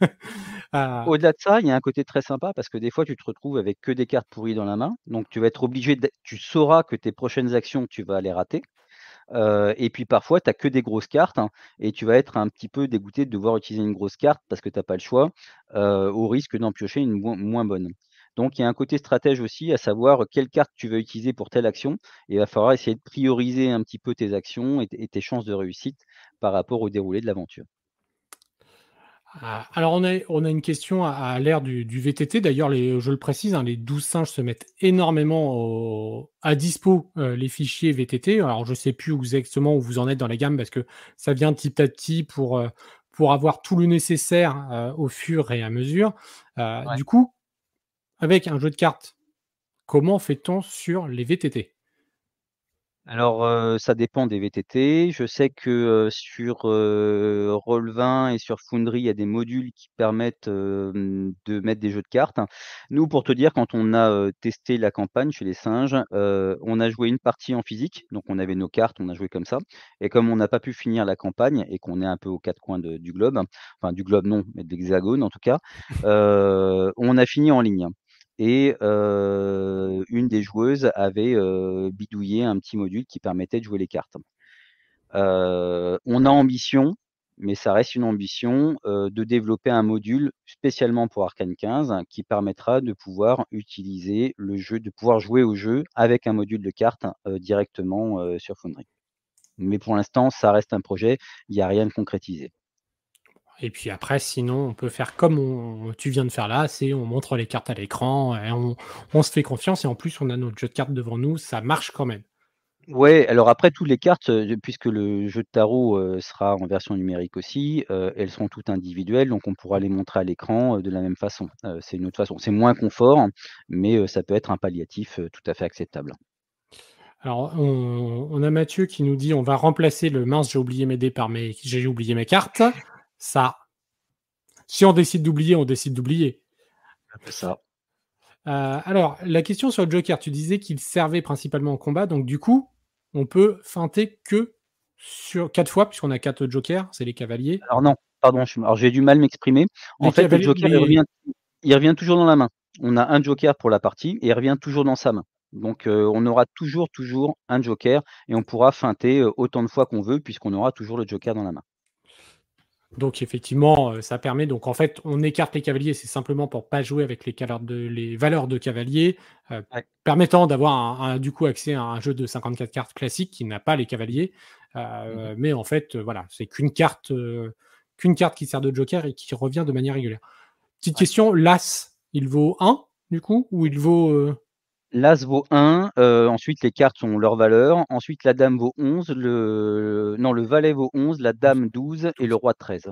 euh, Au-delà de ça, il y a un côté très sympa parce que des fois, tu te retrouves avec que des cartes pourries dans la main, donc tu vas être obligé d'être tu sauras que tes prochaines actions, tu vas les rater, heu et puis parfois, tu as que des grosses cartes, hein, et tu vas être un petit peu dégoûté de devoir utiliser une grosse carte parce que tu as pas le choix, heu, au risque d'en piocher une moins moins bonne. Donc il y a un côté stratège aussi, à savoir quelle carte tu veux utiliser pour telle action. Et il va falloir essayer de prioriser un petit peu tes actions et, et tes chances de réussite par rapport au déroulé de l'aventure. Ah, alors on a, on a une question à, à l'ère du, du V T T. D'ailleurs, les, je le précise, hein, les douze singes se mettent énormément au- à dispo euh, les fichiers V T T. Alors je sais plus exactement où vous en êtes dans la gamme parce que ça vient petit à petit pour, euh, pour avoir tout le nécessaire euh, au fur et à mesure. Euh, Ouais. Du coup, avec un jeu de cartes, comment fait-on sur les V T T? Alors, heu, ça dépend des V T T. Je sais que, heu, sur, heu, roll vingt et sur Foundry, il y a des modules qui permettent, hem, de mettre des jeux de cartes. Nous, pour te dire, quand on a, heu, testé la campagne chez les singes, heu, on a joué une partie en physique, donc on avait nos cartes, on a joué comme ça et comme on n'a pas pu finir la campagne et qu'on est un peu aux quatre coins de du globe, enfin du globe non, mais de l'hexagone en tout cas, heu, on a fini en ligne. Et heu, une des joueuses avait, heu, bidouillé un petit module qui permettait de jouer les cartes. Heu, on a ambition, mais ça reste une ambition, heu, de développer un module spécialement pour Arcane quinze qui permettra de pouvoir utiliser le jeu, de pouvoir jouer au jeu avec un module de cartes, heu, directement, heu, sur Foundry. Mais pour l'instant, ça reste un projet, il y a rien de concrétisé. Et puis après, sinon, on peut faire comme on- tu viens de faire là, c'est on montre les cartes à l'écran et on, on se fait confiance et en plus on a notre jeu de cartes devant nous, ça marche quand même. Ouais, alors après toutes les cartes, heu, puisque le jeu de tarot, heu, sera en version numérique aussi, heu, elles seront toutes individuelles, donc on pourra les montrer à l'écran, heu, de la même façon. Heu, c'est une autre façon. C'est moins confort, mais heu, ça peut être un palliatif, heu, tout à fait acceptable. Alors, on, on a Mathieu qui nous dit on va remplacer le mince, j'ai oublié mes dés par mes j'ai oublié mes cartes. Ça, si on décide d'oublier, on décide d'oublier. Un peu ça. Euh, alors, la question sur le Joker, tu disais qu'il servait principalement en combat, donc du coup, on peut feinter que sur quatre fois, puisqu'on a quatre Jokers, c'est les cavaliers. Alors non, pardon, je alors j'ai du mal m'exprimer. En Les fait, le cavaliers, joker, il les... revient il revient toujours dans la main. On a un joker pour la partie et il revient toujours dans sa main. Donc heu, on aura toujours, toujours un joker et on pourra feinter, heu, autant de fois qu'on veut puisqu'on aura toujours le joker dans la main. Donc effectivement, euh, ça permet. Donc en fait, on écarte les cavaliers, c'est simplement pour pas jouer avec les, valeurs de, les valeurs de cavaliers, euh, Ouais. permettant d'avoir un, un- du coup accès à un jeu de cinquante-quatre cartes classique qui n'a pas les cavaliers. Mmh. Euh, mais en fait, euh, voilà, c'est qu'une carte, euh, qu'une carte qui sert de joker et qui revient de manière régulière. Petite Ouais. question, l'As, il vaut un du coup, ou il vaut euh, L'as vaut un, heu, ensuite les cartes ont leur valeur, ensuite la dame vaut onze, le non, le valet vaut onze, la dame douze et le douze? roi treize.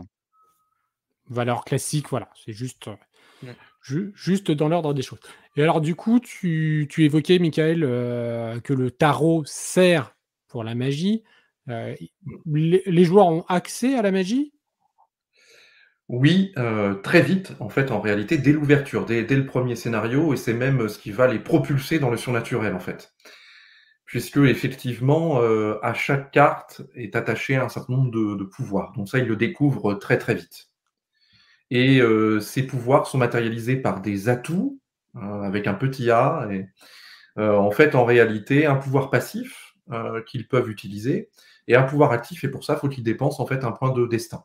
Valeur classique, voilà, c'est juste. euh, Mmh. Ju- Juste dans l'ordre des choses. Et alors, du coup, tu, tu évoquais, Michael, euh, que le tarot sert pour la magie. Euh, les, les joueurs ont accès à la magie? Oui, euh, très vite, en fait, en réalité, dès l'ouverture, dès, dès le premier scénario, et c'est même ce qui va les propulser dans le surnaturel, en fait. Puisque, effectivement, euh, à chaque carte est attaché un certain nombre de, de pouvoirs. Donc ça, ils le découvrent très très vite. Et euh, ces pouvoirs sont matérialisés par des atouts, euh, avec un petit A, et euh, en fait, en réalité, un pouvoir passif euh, qu'ils peuvent utiliser, et un pouvoir actif, et pour ça, il faut qu'ils dépensent en fait un point de destin.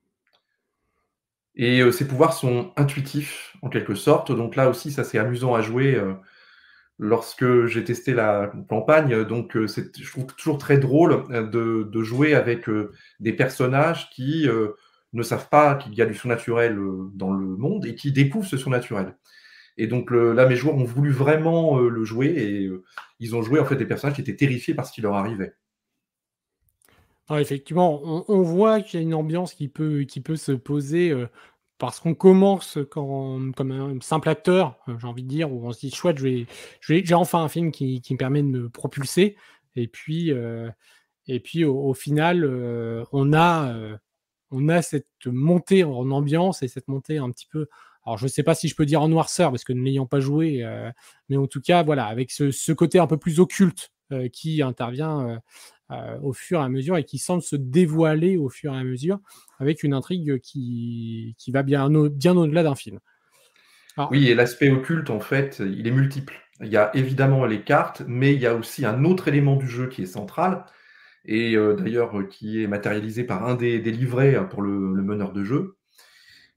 Et euh, ces pouvoirs sont intuitifs, en quelque sorte. Donc là aussi, ça c'est amusant à jouer euh, lorsque j'ai testé la campagne. Donc euh, c'est, je trouve toujours très drôle euh, de, de jouer avec euh, des personnages qui euh, ne savent pas qu'il y a du surnaturel euh, dans le monde et qui découvrent ce surnaturel. Et donc le, là, mes joueurs ont voulu vraiment euh, le jouer et euh, ils ont joué en fait des personnages qui étaient terrifiés par ce qui leur arrivait. Ah, effectivement, on, on voit qu'il y a une ambiance qui peut, qui peut se poser euh, parce qu'on commence quand- comme un simple acteur, euh, j'ai envie de dire, où on se dit chouette, je vais, je vais- j'ai enfin un film qui, qui me permet de me propulser. Et puis, euh, et puis au, au final, euh, on a. euh, on a cette montée en ambiance et cette montée un petit peu. Alors, je ne sais pas si je peux dire en noirceur parce que ne l'ayant pas joué, euh, mais en tout cas, voilà, avec ce, ce côté un peu plus occulte euh, qui intervient euh, euh, au fur et à mesure et qui semble se dévoiler au fur et à mesure avec une intrigue qui, qui va bien, au, bien au-delà d'un film. Alors, Oui, et l'aspect occulte, en fait, il est multiple. Il y a évidemment les cartes, mais il y a aussi un autre élément du jeu qui est central, et euh, d'ailleurs euh, qui est matérialisé par un des, des livrets pour le, le meneur de jeu.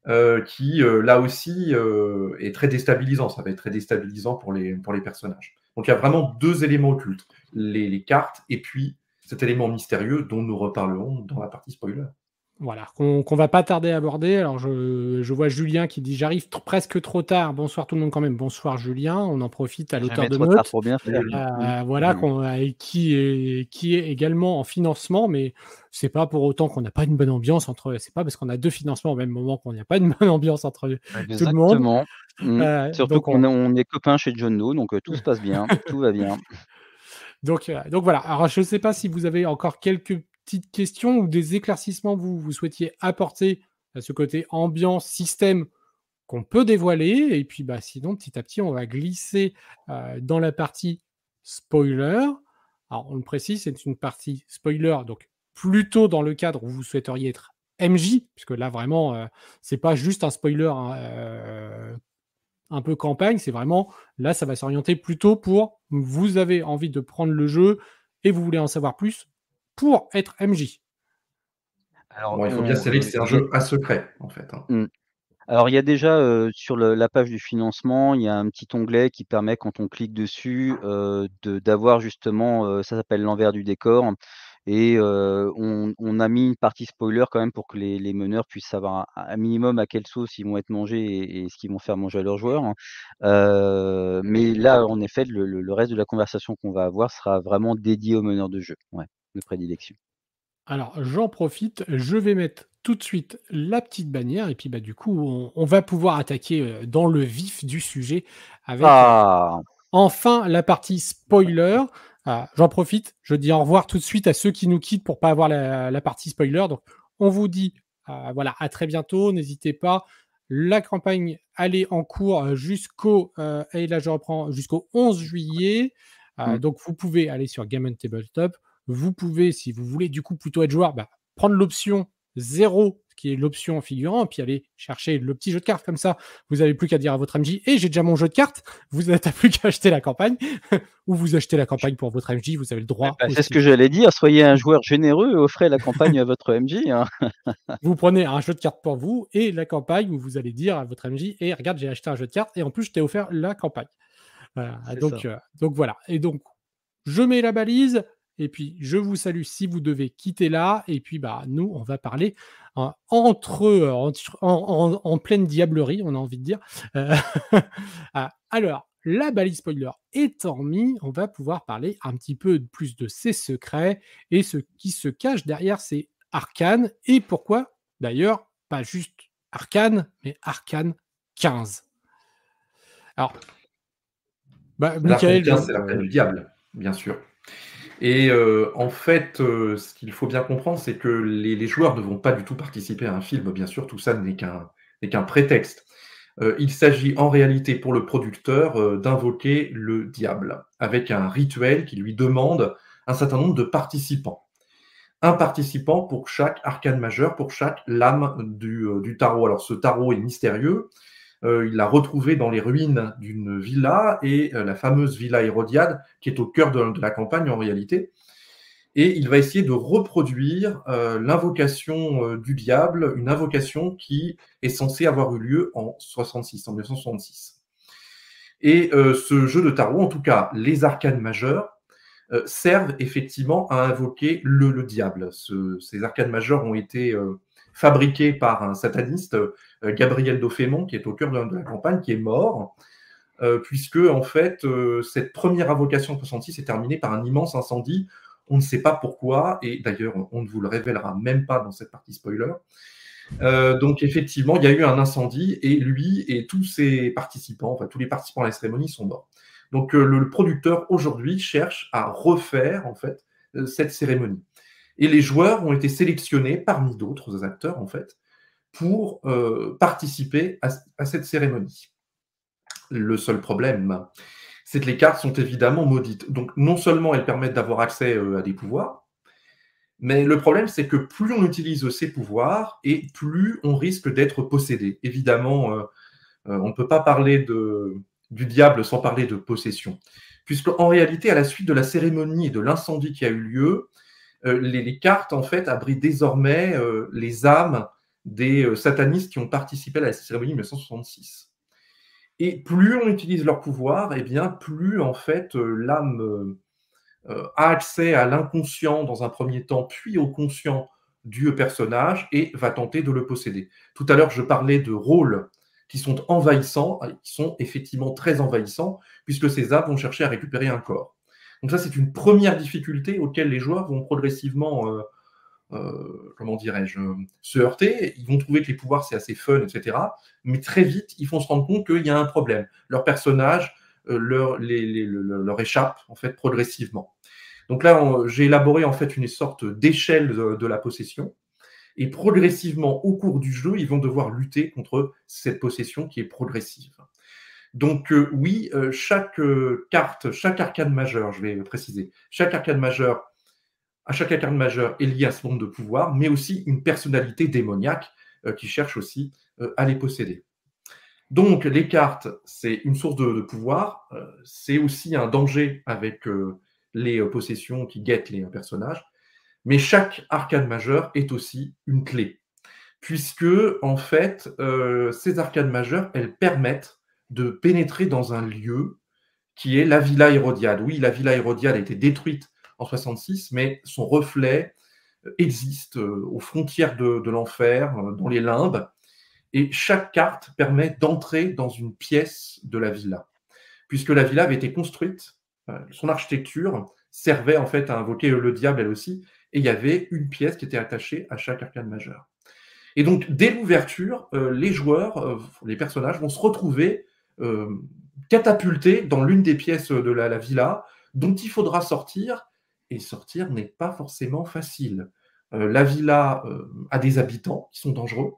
euh, qui, euh, là aussi, euh, est très déstabilisant. Ça va être très déstabilisant pour les, pour les personnages. Donc, il y a vraiment deux éléments occultes, les, les cartes et puis cet élément mystérieux dont nous reparlerons dans la partie spoiler. Voilà, qu'on qu'on va pas tarder à aborder. Alors, je, je vois Julien qui dit « J'arrive tr- presque trop tard. Bonsoir tout le monde quand même. » Bonsoir Julien. On en profite à l'auteur Jamais de trop tard Meute. pour bien faire. Euh, Mmh. voilà, Mmh. qu'on- euh, qui, est, qui est également en financement, mais c'est pas pour autant qu'on n'a pas une bonne ambiance entre. C'est pas parce qu'on a deux financements au même moment qu'on n'a pas une bonne ambiance entre tout le monde. Exactement. Mmh. Euh, Surtout donc, qu'on on, est on est copains chez John Doe, donc heu, tout se passe bien, tout va bien. donc, euh, donc voilà. Alors, je ne sais pas si vous avez encore quelques petites questions ou des éclaircissements que vous, vous souhaitiez apporter à ce côté ambiance, système qu'on peut dévoiler. Et puis, bah, sinon, petit à petit, on va glisser euh, dans la partie spoiler. Alors, on le précise, c'est une partie spoiler, donc plutôt dans le cadre où vous souhaiteriez être M J, puisque là, vraiment, euh, c'est pas juste un spoiler hein, euh, un peu campagne, c'est vraiment, là, ça va s'orienter plutôt pour vous avez envie de prendre le jeu et vous voulez en savoir plus pour être M J. Alors Bon, il faut bien on, signaler que heu, c'est un il y a jeu à secret, en fait. Hein. mmh. Alors il y a déjà, heu, sur le la page du financement, il y a un petit onglet qui permet quand on clique dessus, heu, de d'avoir justement, heu, ça s'appelle l'envers du décor et heu, on on a mis une partie spoiler quand même pour que les les meneurs puissent savoir un un minimum à quelle sauce ils vont être mangés et et ce qu'ils vont faire manger à leurs joueurs, hein. Heu, mais là, en effet, le le le reste de la conversation qu'on va avoir sera vraiment dédié aux meneurs de jeu, ouais, de prédilection. Alors, j'en profite, je vais mettre tout de suite la petite bannière et puis bah, du coup, on, on va pouvoir attaquer euh, dans le vif du sujet avec euh, Ah! enfin la partie spoiler. Ah, j'en profite, je dis au revoir tout de suite à ceux qui nous quittent pour pas avoir la, la partie spoiler. Donc, on vous dit euh, voilà, à très bientôt, n'hésitez pas. La campagne, elle est en cours euh, jusqu'au euh, et là je reprends jusqu'au onze juillet. Euh, Mmh. donc, vous pouvez aller sur Game and Tabletop. Vous pouvez, si vous voulez du coup plutôt être joueur, bah, prendre l'option zéro, qui est l'option figurant, et puis aller chercher le petit jeu de cartes comme ça. Vous n'avez plus qu'à dire à votre M J, et j'ai déjà mon jeu de cartes. Vous n'avez plus qu'à acheter la campagne, ou vous achetez la campagne pour votre M J. Vous avez le droit Bah, c'est ce aussi. que j'allais dire, soyez un joueur généreux et offrez la campagne à votre M J, hein. Vous prenez un jeu de cartes pour vous et la campagne où vous allez dire à votre M J, et regarde, j'ai acheté un jeu de cartes et en plus je t'ai offert la campagne. Voilà. C'est ça. Donc, euh, donc voilà. Et donc je mets la balise. Et puis, je vous salue si vous devez quitter là. Et puis, bah, nous, on va parler hein, entre, euh, entre- en, en- en pleine diablerie, on a envie de dire. Euh, ah, alors, la balise spoiler étant mis, on va pouvoir parler un petit peu plus de ses secrets et ce qui se cache derrière ces arcanes. Et pourquoi, d'ailleurs, pas juste arcane, mais arcane quinze. Alors, bah, L'arcane Michael, quinze, je- c'est l'arcane du diable, bien sûr. Et euh, en fait, euh, ce qu'il faut bien comprendre, c'est que les, les joueurs ne vont pas du tout participer à un film. Bien sûr, tout ça n'est qu'un n'est qu'un prétexte. Euh, il s'agit en réalité pour le producteur euh, d'invoquer le diable avec un rituel qui lui demande un certain nombre de participants. Un participant pour chaque arcane majeur, pour chaque lame du, euh, du tarot. Alors ce tarot est mystérieux. Euh, il l'a retrouvé dans les ruines d'une villa, et euh, la fameuse villa Hérodiade, qui est au cœur de, de la campagne en réalité. Et il va essayer de reproduire euh, l'invocation euh, du diable, une invocation qui est censée avoir eu lieu en soixante-six, en mille neuf cent soixante-six. Et euh, ce jeu de tarot, en tout cas les arcanes majeures, euh, servent effectivement à invoquer le, le diable. Ce, ces arcanes majeures ont été euh, fabriqués par un sataniste, euh, Gabriel Dofémon, qui est au cœur de, de la campagne, qui est mort, euh, puisque en fait, euh, cette première invocation de soixante-six est terminée par un immense incendie. On ne sait pas pourquoi, et d'ailleurs, on ne vous le révélera même pas dans cette partie spoiler. Euh, donc effectivement, il y a eu un incendie, et lui et tous ses participants, enfin tous les participants à la cérémonie sont morts. Donc euh, le, le producteur aujourd'hui cherche à refaire en fait euh, cette cérémonie. Et les joueurs ont été sélectionnés parmi d'autres acteurs en fait pour euh, participer à, à cette cérémonie. Le seul problème, c'est que les cartes sont évidemment maudites. Donc non seulement elles permettent d'avoir accès euh, à des pouvoirs, mais le problème, c'est que plus on utilise ces pouvoirs, et plus on risque d'être possédé. Évidemment, euh, euh, on ne peut pas parler de, du diable sans parler de possession. Puisqu'en réalité, à la suite de la cérémonie et de l'incendie qui a eu lieu, euh, les, les cartes, en fait, abritent désormais euh, les âmes des euh, satanistes qui ont participé à la cérémonie de mille neuf cent soixante-six. Et plus on utilise leur pouvoir, eh bien, plus en fait euh, l'âme euh, euh, a accès à l'inconscient dans un premier temps, puis au conscient du personnage et va tenter de le posséder. Tout à l'heure, je parlais de rôles qui sont envahissants, qui sont effectivement très envahissants, puisque ces âmes vont chercher à récupérer un corps. Donc ça, c'est une première difficulté auquel les joueurs vont progressivement, euh, euh, comment dirais-je, se heurter. Ils vont trouver que les pouvoirs, c'est assez fun, et cetera. Mais très vite, ils vont se rendre compte qu'il y a un problème. Leur personnage euh, leur, les, les, leur, leur échappe, en fait, progressivement. Donc là, j'ai élaboré en fait une sorte d'échelle de, de la possession. Et progressivement, au cours du jeu, ils vont devoir lutter contre cette possession qui est progressive. Donc euh, oui, euh, chaque euh, carte, chaque arcane majeure, je vais préciser, chaque arcane majeure, à chaque arcane majeure est lié à ce monde de pouvoir, mais aussi une personnalité démoniaque euh, qui cherche aussi euh, à les posséder. Donc les cartes, c'est une source de, de pouvoir, euh, c'est aussi un danger avec euh, les euh, possessions qui guettent les euh, personnages, mais chaque arcane majeure est aussi une clé, puisque en fait, euh, ces arcanes majeures, elles permettent de pénétrer dans un lieu qui est la Villa Hérodiade. Oui, la Villa Hérodiade a été détruite en soixante-six, mais son reflet existe euh, aux frontières de, de l'enfer, euh, dans les limbes, et chaque carte permet d'entrer dans une pièce de la villa, puisque la villa avait été construite, euh, son architecture servait en fait à invoquer le diable elle aussi, et il y avait une pièce qui était attachée à chaque arcane majeur. Et donc, dès l'ouverture, euh, les joueurs, euh, les personnages vont se retrouver euh, catapultés dans l'une des pièces de la, la villa, dont il faudra sortir, et sortir n'est pas forcément facile. Euh, la villa euh, a des habitants qui sont dangereux,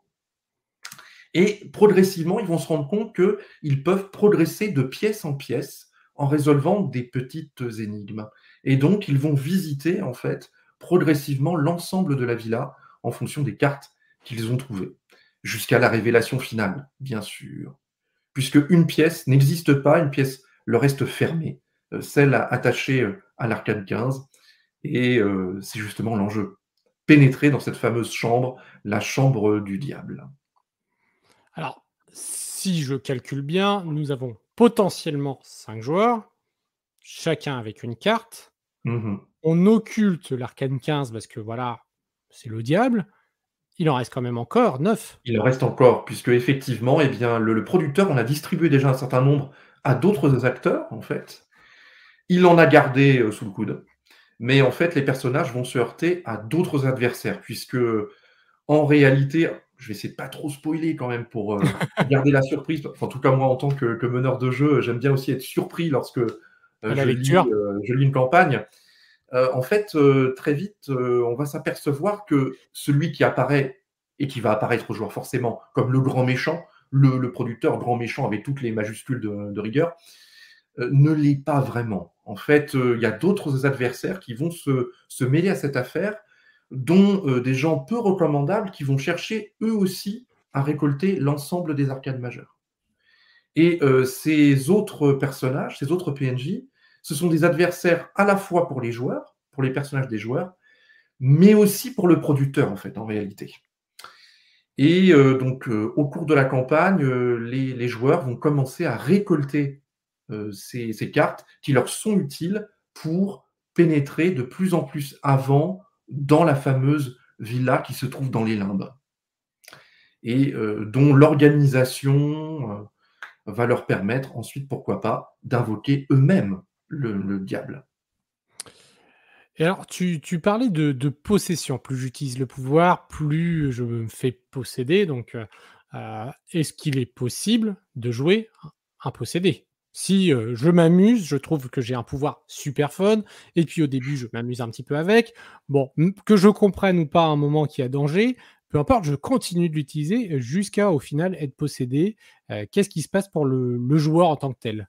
et progressivement, ils vont se rendre compte qu'ils peuvent progresser de pièce en pièce en résolvant des petites énigmes. Et donc, ils vont visiter, en fait, progressivement l'ensemble de la villa en fonction des cartes qu'ils ont trouvées, jusqu'à la révélation finale, bien sûr. Puisque une pièce n'existe pas, une pièce leur reste fermée, euh, celle attachée à l'arcane quinze, et euh, c'est justement l'enjeu. Pénétrer dans cette fameuse chambre, la chambre du diable. Alors, si je calcule bien, nous avons potentiellement cinq joueurs, chacun avec une carte. Mmh. On occulte l'arcane quinze parce que voilà, c'est le diable. Il en reste quand même encore neuf. Il en reste encore, puisque effectivement, eh bien, le, le producteur en a distribué déjà un certain nombre à d'autres acteurs, en fait. Il en a gardé euh, sous le coude. Mais en fait, les personnages vont se heurter à d'autres adversaires, puisque en réalité, je vais essayer de pas trop spoiler quand même pour euh, garder la surprise. Enfin, en tout cas, moi, en tant que, que meneur de jeu, j'aime bien aussi être surpris lorsque euh, À la je, lis, lecture. euh, je lis une campagne. Euh, en fait, euh, très vite, euh, on va s'apercevoir que celui qui apparaît et qui va apparaître aux joueurs forcément comme le grand méchant, le, le producteur grand méchant avec toutes les majuscules de, de rigueur, euh, ne l'est pas vraiment. En fait, euh, il y a d'autres adversaires qui vont se, se mêler à cette affaire, dont euh, des gens peu recommandables qui vont chercher eux aussi à récolter l'ensemble des arcades majeures. Et euh, ces autres personnages, ces autres P N J, ce sont des adversaires à la fois pour les joueurs, pour les personnages des joueurs, mais aussi pour le producteur, en fait, en réalité. Et euh, donc, euh, au cours de la campagne, euh, les, les joueurs vont commencer à récolter euh, ces, ces cartes qui leur sont utiles pour pénétrer de plus en plus avant dans la fameuse villa qui se trouve dans les limbes et euh, dont l'organisation euh, va leur permettre ensuite, pourquoi pas, d'invoquer eux-mêmes le, le diable. Et alors, tu, tu parlais de, de possession. Plus j'utilise le pouvoir, plus je me fais posséder. Donc, euh, euh, est-ce qu'il est possible de jouer un possédé? Si euh, je m'amuse, je trouve que j'ai un pouvoir super fun, et puis au début, je m'amuse un petit peu avec. Bon, m- que je comprenne ou pas à un moment qu'il y a danger, peu importe, je continue de l'utiliser jusqu'à au final être possédé. Euh, Qu'est-ce qui se passe pour le, le joueur en tant que tel?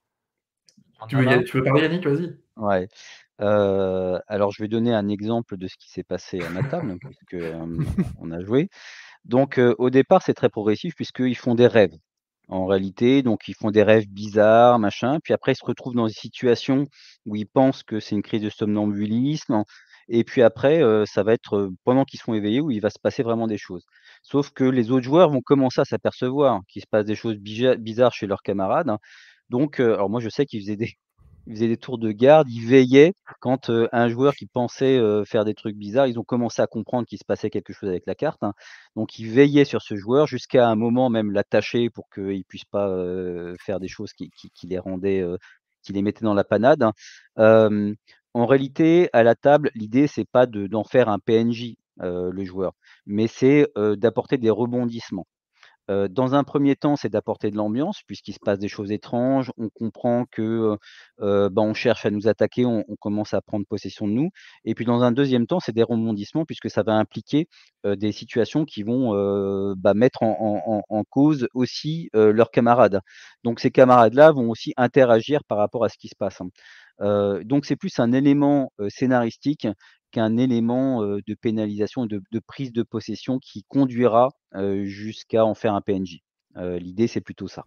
Tu veux, y- tu veux parler, Yannick? Vas-y. Ouais. Heu, alors je vais donner un exemple de ce qui s'est passé à ma table, puisque, hem, on a joué. Donc, heu, au départ, c'est très progressif puisqu'ils font des rêves. En réalité, donc ils font des rêves bizarres, machin, puis après ils se retrouvent dans des situations où ils pensent que c'est une crise de somnambulisme Et puis après, heu, ça va être, heu, pendant qu'ils sont éveillés où il va se passer vraiment des choses. Sauf que les autres joueurs vont commencer à s'apercevoir qu'il se passe des choses bija bizarres chez leurs camarades. Donc, heu, alors moi je sais qu'ils faisaient des ils faisaient des tours de garde, ils veillaient quand, heu, un joueur qui pensait, heu, faire des trucs bizarres, ils ont commencé à comprendre qu'il se passait quelque chose avec la carte, hein. Donc ils veillaient sur ce joueur jusqu'à un moment même l'attacher pour qu'il puisse pas, heu, faire des choses qui qui qui les rendaient, heu, qui les mettaient dans la panade, hein. Hem, en réalité, à la table, l'idée c'est pas de d'en faire un P N J, heu, le joueur, mais c'est, heu, d'apporter des rebondissements. Heu, dans un premier temps, c'est d'apporter de l'ambiance puisqu'il se passe des choses étranges. On comprend que, heu heu, bah, on cherche à nous attaquer, on on commence à prendre possession de nous et puis dans un deuxième temps, c'est des rebondissements puisque ça va impliquer, heu, des situations qui vont, heu, bah, mettre en en en en cause aussi, heu, leurs camarades. Donc ces camarades-là vont aussi interagir par rapport à ce qui se passe, hein. Heu, donc c'est plus un élément, heu, scénaristique qu'un élément, heu, de pénalisation et de de prise de possession qui conduira, heu, jusqu'à en faire un P N J. Heu, l'idée, c'est plutôt ça.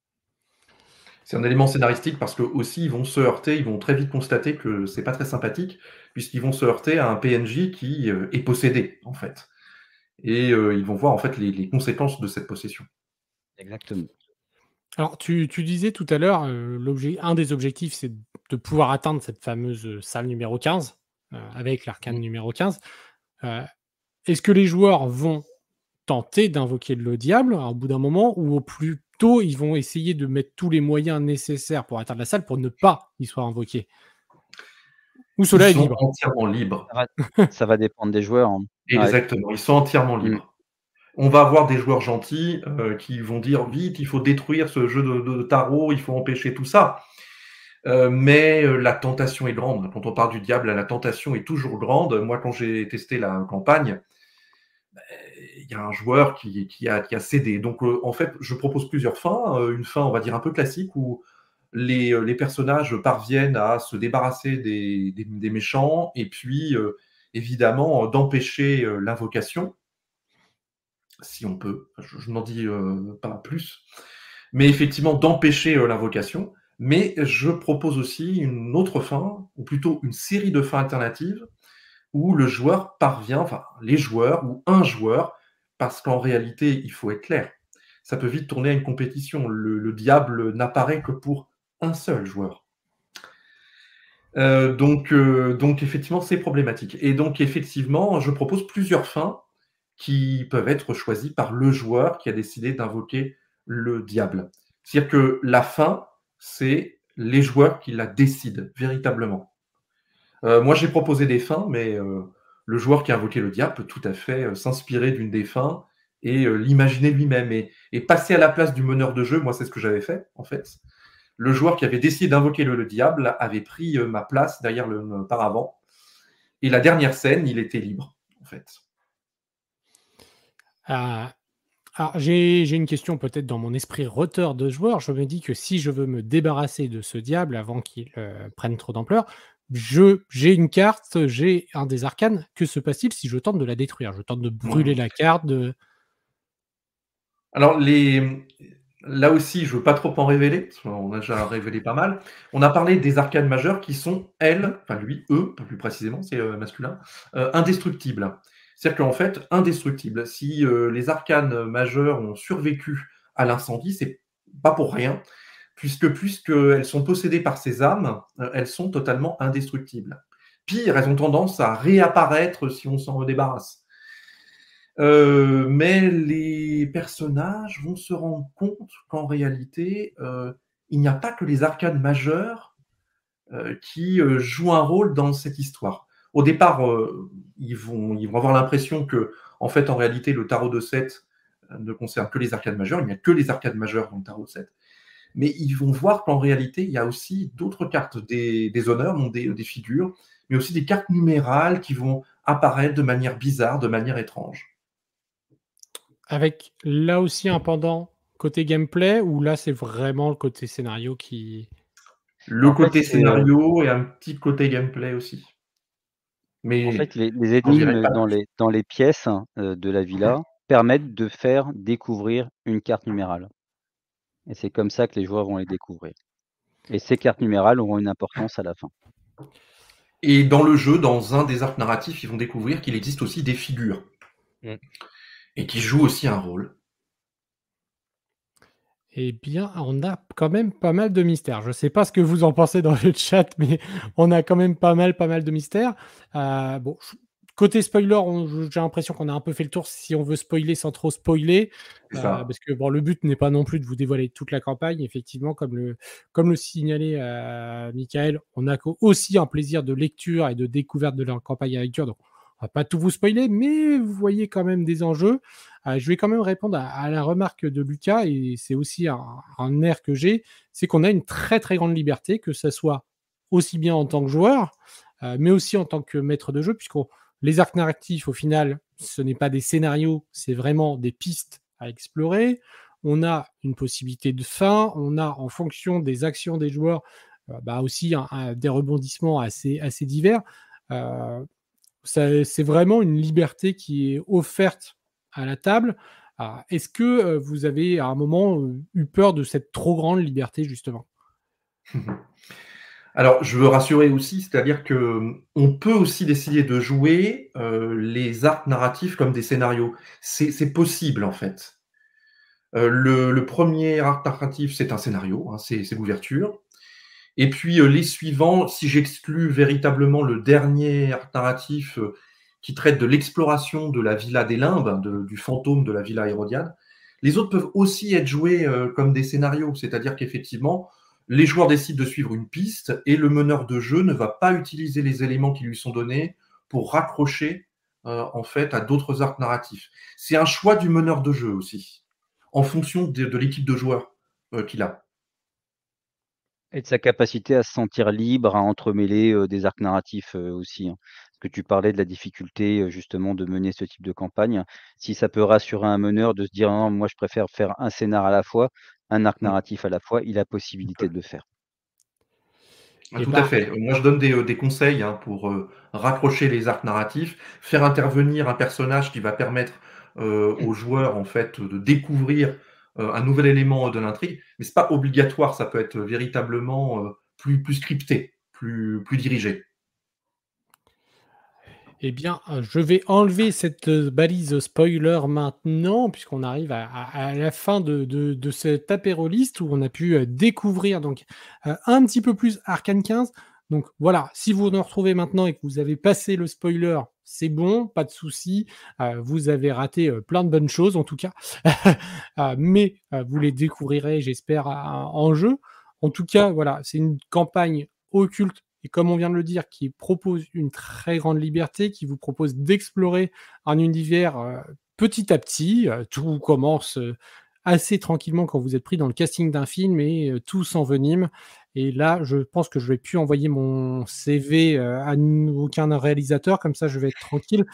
C'est un élément scénaristique parce que aussi ils vont se heurter, ils vont très vite constater que c'est pas très sympathique, puisqu'ils vont se heurter à un P N J qui, heu, est possédé, en fait. Et heu, ils vont voir en fait les les conséquences de cette possession. Exactement. Alors, tu tu disais tout à l'heure, heu, l'objet un des objectifs, c'est de pouvoir atteindre cette fameuse, heu, salle numéro quinze, heu, avec l'arcane Mmh. numéro quinze. Heu, est-ce que les joueurs vont tenter d'invoquer le diable à au bout d'un moment ou au plutôt ils vont essayer de mettre tous les moyens nécessaires pour atteindre la salle pour ne pas y soit invoqué? Ou Ils cela est sont libre? entièrement libres. Ça va ça va dépendre des joueurs, hein. Ouais. Exactement, ils sont entièrement Mmh. libres. On va avoir des joueurs gentils, heu, qui vont dire: «Vite, il faut détruire ce jeu de de tarot, il faut empêcher tout ça». Heu, mais heu, la tentation est grande. Quand on parle du diable, la tentation est toujours grande. Moi, quand j'ai testé la campagne, beh, il y a un joueur qui qui a qui a cédé. Donc heu, en fait, je propose plusieurs fins. Heu, une fin, on va dire, un peu classique où les, heu, les personnages parviennent à se débarrasser des des des méchants et puis, heu, évidemment, d'empêcher, heu, l'invocation si on peut. Je je n'en dis, heu, pas plus. Mais effectivement, d'empêcher, heu, l'invocation. Mais je propose aussi une autre fin, ou plutôt une série de fins alternatives, où le joueur parvient, enfin les joueurs ou un joueur, parce qu'en réalité, il faut être clair, ça peut vite tourner à une compétition. Le le diable n'apparaît que pour un seul joueur. Heu, donc heu, donc effectivement, c'est problématique et donc effectivement, je propose plusieurs fins qui peuvent être choisies par le joueur qui a décidé d'invoquer le diable. C'est-à-dire que la fin, c'est les joueurs qui la décident véritablement. Heu, moi, j'ai proposé des fins, mais heu, le joueur qui a invoqué le diable peut tout à fait, heu, s'inspirer d'une des fins et heu, l'imaginer lui-même et et passer à la place du meneur de jeu. Moi, c'est ce que j'avais fait, en fait. Le joueur qui avait décidé d'invoquer le le diable avait pris, heu, ma place derrière le le paravent et la dernière scène, il était libre, en fait. Ah, alors j'ai j'ai une question peut-être dans mon esprit reteurs de joueur. Je me dis que si je veux me débarrasser de ce diable avant qu'il, heu, prenne trop d'ampleur, je j'ai une carte, j'ai un des arcanes. Que se passe-t-il si je tente de la détruire? Je tente de brûler Mmh. la carte, de Alors les mmh, là aussi, je veux pas trop en révéler, parce qu'on a déjà révélé pas mal. On a parlé des arcanes majeures qui sont, elles, enfin lui, eux, plus précisément, c'est, heu, masculin, heu, indestructibles. C'est-à-dire qu'en fait, indestructibles. Si, heu, les arcanes majeures ont survécu à l'incendie, c'est pas pour rien, puisque puisqu'elles sont possédées par ces âmes, heu, elles sont totalement indestructibles. Pire, elles ont tendance à réapparaître si on s'en débarrasse. Heu, mais les personnages vont se rendre compte qu'en réalité, heu, il n'y a pas que les arcanes majeures, heu, qui, heu, jouent un rôle dans cette histoire. Au départ, heu, ils vont ils vont avoir l'impression qu'en fait, en réalité, le tarot de sept, heu, ne concerne que les arcanes majeures. Il n'y a que les arcanes majeures dans le tarot de sept. Mais ils vont voir qu'en réalité, il y a aussi d'autres cartes, des des honneurs, donc des des figures, mais aussi des cartes numérales qui vont apparaître de manière bizarre, de manière étrange. avec là aussi un pendant côté gameplay ou là c'est vraiment le côté scénario qui Le En fait, côté c'est, heu, scénario et un petit côté gameplay aussi. en Mais fait, les les j'en dirai énigmes pas dans plus. les dans les pièces, heu, de la villa permettent de faire découvrir une carte numérale et c'est comme ça que les joueurs vont les découvrir et ces cartes numérales auront une importance à la fin. Et dans le jeu, dans un des arcs narratifs, ils vont découvrir qu'il existe aussi des figures. Mm. Et qui jouent aussi un rôle. Eh bien, on a quand même pas mal de mystères. Je ne sais pas ce que vous en pensez dans le chat, mais on a quand même pas mal, pas mal de mystères. Euh, bon, côté spoiler, on- j'ai l'impression qu'on a un peu fait le tour si on veut spoiler sans trop spoiler. C'est Euh, ça. parce que bon, le but n'est pas non plus de vous dévoiler toute la campagne. Effectivement, comme le, comme le signalait euh, Michael, on a aussi un plaisir de lecture et de découverte de la campagne à lecture. Donc, on va pas tout vous spoiler, mais vous voyez quand même des enjeux. Euh, je vais quand même répondre à, à la remarque de Lucas, et c'est aussi un, un air que j'ai, c'est qu'on a une très très grande liberté, que ce soit aussi bien en tant que joueur, euh, mais aussi en tant que maître de jeu, puisque les arcs narratifs, au final, ce n'est pas des scénarios, c'est vraiment des pistes à explorer. On a une possibilité de fin, on a en fonction des actions des joueurs euh, bah aussi un, un, des rebondissements assez, assez divers. Euh, ça, c'est vraiment une liberté qui est offerte à la table. Ah, est-ce que euh, vous avez à un moment euh, eu peur de cette trop grande liberté, justement? Alors, je veux rassurer aussi, c'est-à-dire que on peut aussi décider de jouer euh, les arcs narratifs comme des scénarios. C'est, c'est possible, en fait. Euh, le, le premier arc narratif, c'est un scénario, hein, c'est, c'est l'ouverture. Et puis euh, les suivants, si j'exclus véritablement le dernier arc narratif euh, qui traite de l'exploration de la villa des Limbes, de- du fantôme de la villa Hérodiade, les autres peuvent aussi être joués euh, comme des scénarios, c'est-à-dire qu'effectivement, les joueurs décident de suivre une piste et le meneur de jeu ne va pas utiliser les éléments qui lui sont donnés pour raccrocher euh, en fait à d'autres arcs narratifs. C'est un choix du meneur de jeu aussi, en fonction de, de l'équipe de joueurs euh, qu'il a. Et de sa capacité à se sentir libre, à entremêler, heu, des arcs narratifs, heu, aussi, hein. Parce que tu parlais de la difficulté, heu, justement de mener ce type de campagne. Si ça peut rassurer un meneur de se dire: «Non, moi je préfère faire un scénar à la fois, un arc Mm. narratif à la fois», il a possibilité de le faire. Ah, Eh tout à ben, fait. Moi, je donne des, euh, des conseils hein, pour euh, raccrocher les arcs narratifs, faire intervenir un personnage qui va permettre euh, aux joueurs en fait de découvrir euh, un nouvel élément de l'intrigue. Mais c'est pas obligatoire, ça peut être véritablement euh, plus, plus scripté, plus, plus dirigé. eh bien, euh, je vais enlever cette euh, balise spoiler maintenant, puisqu'on arrive à, à- à la fin de, de, de cette apéroliste où on a pu euh, découvrir donc euh, un petit peu plus Arcane quinze. Donc voilà, si vous nous retrouvez maintenant et que vous avez passé le spoiler, c'est bon, pas de souci. Euh, vous avez raté euh, plein de bonnes choses en tout cas. Euh, mais euh, vous les découvrirez, j'espère, à- en jeu. En tout cas, voilà, c'est une campagne occulte et comme on vient de le dire, qui propose une très grande liberté, qui vous propose d'explorer un univers euh, petit à petit. Euh, tout commence euh, assez tranquillement quand vous êtes pris dans le casting d'un film et euh, tout s'envenime. Et là, je pense que je vais plus envoyer mon C V euh, à n- aucun réalisateur, comme ça je vais être tranquille.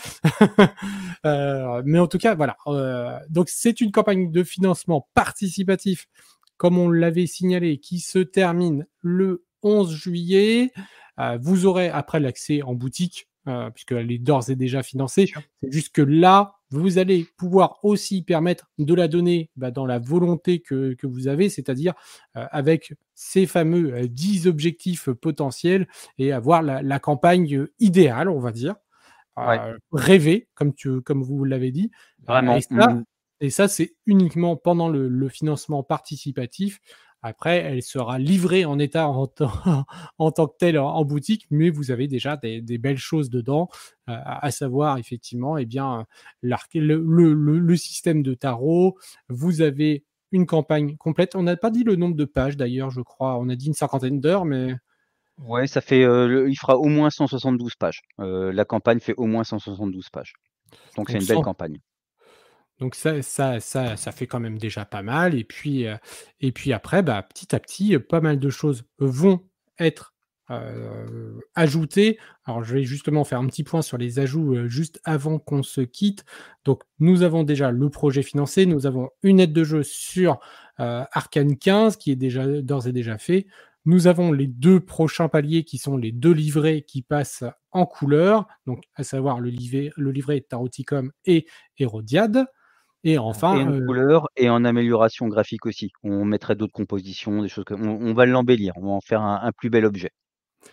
Euh, mais en tout cas, voilà. Euh, donc c'est une campagne de financement participatif, comme on l'avait signalé, qui se termine le onze juillet. Euh, vous aurez après l'accès en boutique, euh, puisqu'elle est d'ores et déjà financée. C'est juste que là, vous allez pouvoir aussi permettre de la donner bah, dans la volonté que, que vous avez, c'est-à-dire euh, avec ces fameux euh, dix objectifs potentiels et avoir la, la campagne idéale, on va dire. Ouais, Euh, rêver, comme, tu, comme vous l'avez dit. Euh, et vraiment. ça, Mmh. et ça c'est uniquement pendant le, le financement participatif. Après, elle sera livrée en état en, temps- en tant que telle en, en boutique, mais vous avez déjà des, des belles choses dedans, euh, à savoir effectivement eh bien, l'arc- le, le, le, le système de tarot. Vous avez une campagne complète. On n'a pas dit le nombre de pages d'ailleurs, je crois. On a dit une cinquantaine d'heures, mais Ouais, ça fait, heu, le il fera au moins cent soixante-douze pages. Heu, la campagne fait au moins cent soixante-douze pages. Donc c'est donc une belle cent. campagne. Donc ça, ça, ça, ça fait quand même déjà pas mal. Et puis, euh, et puis après, bah, petit à petit, euh, pas mal de choses vont être euh, ajoutées. Alors, je vais justement faire un petit point sur les ajouts euh, juste avant qu'on se quitte. Donc, nous avons déjà le projet financé. Nous avons une aide de jeu sur euh, Arcane quinze qui est déjà d'ores et déjà fait. Nous avons les deux prochains paliers qui sont les deux livrets qui passent en couleur, donc à savoir le livret, le livret Taroticom et Hérodiade. Et Alors et enfin, en heu, couleur et en amélioration graphique aussi. On mettrait d'autres compositions, des choses comme on on va l'embellir, on va en faire un un plus bel objet.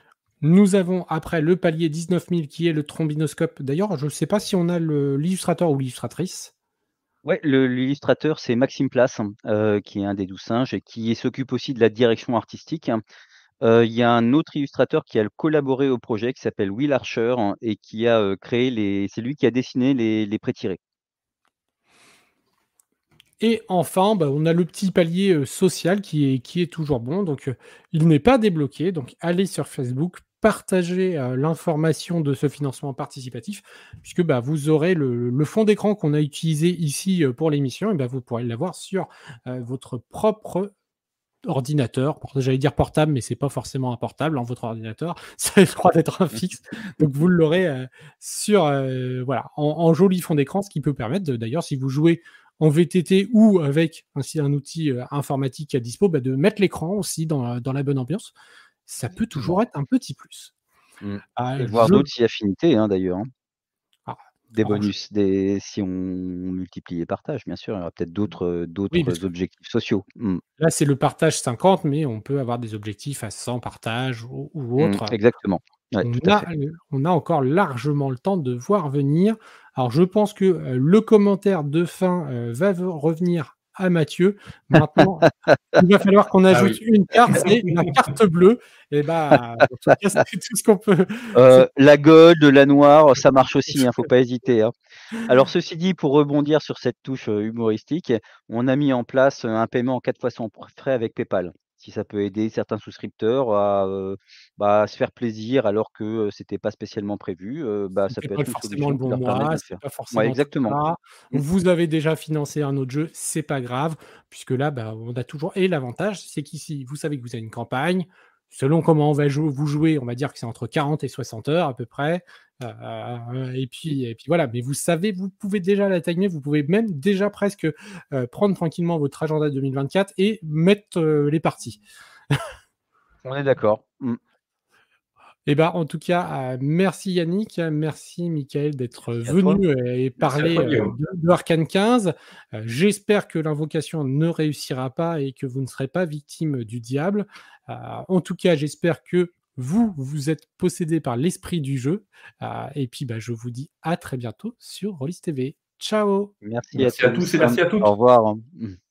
Nous avons après le palier dix-neuf mille qui est le trombinoscope. D'ailleurs, je ne sais pas si on a le- l'illustrateur ou l'illustratrice. Ouais, le l'illustrateur, c'est Maxime Place, heu, qui est un des douze singes et qui s'occupe aussi de la direction artistique. Heu, il y a un autre illustrateur qui a collaboré au projet qui s'appelle Will Archer hein, et qui a, heu, créé les c'est lui qui a dessiné les les pré-tirés. Et enfin, bah, on a le petit palier euh, social qui est, qui est toujours bon. Donc, euh, il n'est pas débloqué. Donc, allez sur Facebook, partagez euh, l'information de ce financement participatif, puisque bah, vous aurez le, le fond d'écran qu'on a utilisé ici euh, pour l'émission. Et bah, vous pourrez l'avoir sur euh, votre propre ordinateur. Pour- J'allais dire portable, mais c'est pas forcément un portable, hein, votre ordinateur. Ça a le droit d'être un fixe. Donc, vous l'aurez euh, sur, euh, voilà, en, en joli fond d'écran, ce qui peut permettre, de- d'ailleurs, si vous jouez en V T T ou avec ainsi un outil euh, informatique à dispo, bah, de mettre l'écran aussi dans, la- dans la bonne ambiance. Ça peut toujours Exactement. être un petit plus. Mmh. Ah, Et voir je... d'autres si affinités hein, d'ailleurs, hein. ah, Des alors, je- bonus, des si on multiplie les partages, bien sûr, il y aura peut-être d'autres, heu, Oui, parce d'autres que objectifs sociaux. Mmh. là, c'est le partage cinquante, mais on peut avoir des objectifs à cent partages ou, ou Mmh, autres. exactement. Ouais, On tout à a, fait. on a encore largement le temps de voir venir. Alors, je pense que euh, le commentaire de fin euh, va v- revenir à Mathieu. Maintenant, il va falloir qu'on Ah ajoute oui. une carte, c'est la carte bleue. Et bah, en tout cas, c'est tout ce qu'on peut. c'est- Heu, la gold, la noire, ça marche aussi, hein, faut pas hésiter, hein. Alors ceci dit, pour rebondir sur cette touche, heu, humoristique, on a mis en place, heu, un paiement en quatre fois son pr frais avec PayPal. Si ça peut aider certains souscripteurs à, heu, bah, à se faire plaisir alors que, heu, c'était pas spécialement prévu, heu, bah, ça C'est peut pas être une forcément le solution qui bon leur permet de mois, le c'est faire. pas Ouais, forcément tout exactement. ça. Mmh. Vous avez déjà financé un autre jeu, c'est pas grave, puisque là, bah, on a toujours. Et l'avantage, c'est qu'ici, vous savez que vous avez une campagne. Selon comment on va jouer, vous jouez, on va dire que c'est entre quarante et soixante heures à peu près. Euh, et puis, et puis voilà. Mais vous savez, vous pouvez déjà la timer, vous pouvez même déjà presque euh, prendre tranquillement votre agenda deux mille vingt-quatre et mettre euh, les parties. On est d'accord. Mmh. Eh ben, en tout cas, euh, merci Yannick, merci Michael d'être Merci à toi. venu euh, et Merci à parler toi, euh, Guillaume. de, de Arcane quinze. Euh, J'espère que l'invocation ne réussira pas et que vous ne serez pas victime du diable. Euh, en tout cas, j'espère que vous, vous êtes possédé par l'esprit du jeu. Euh, et puis, bah, je vous dis à très bientôt sur Rollis T V. Ciao! Merci à Merci à tous et tous. merci à Au toutes. revoir. Mmh.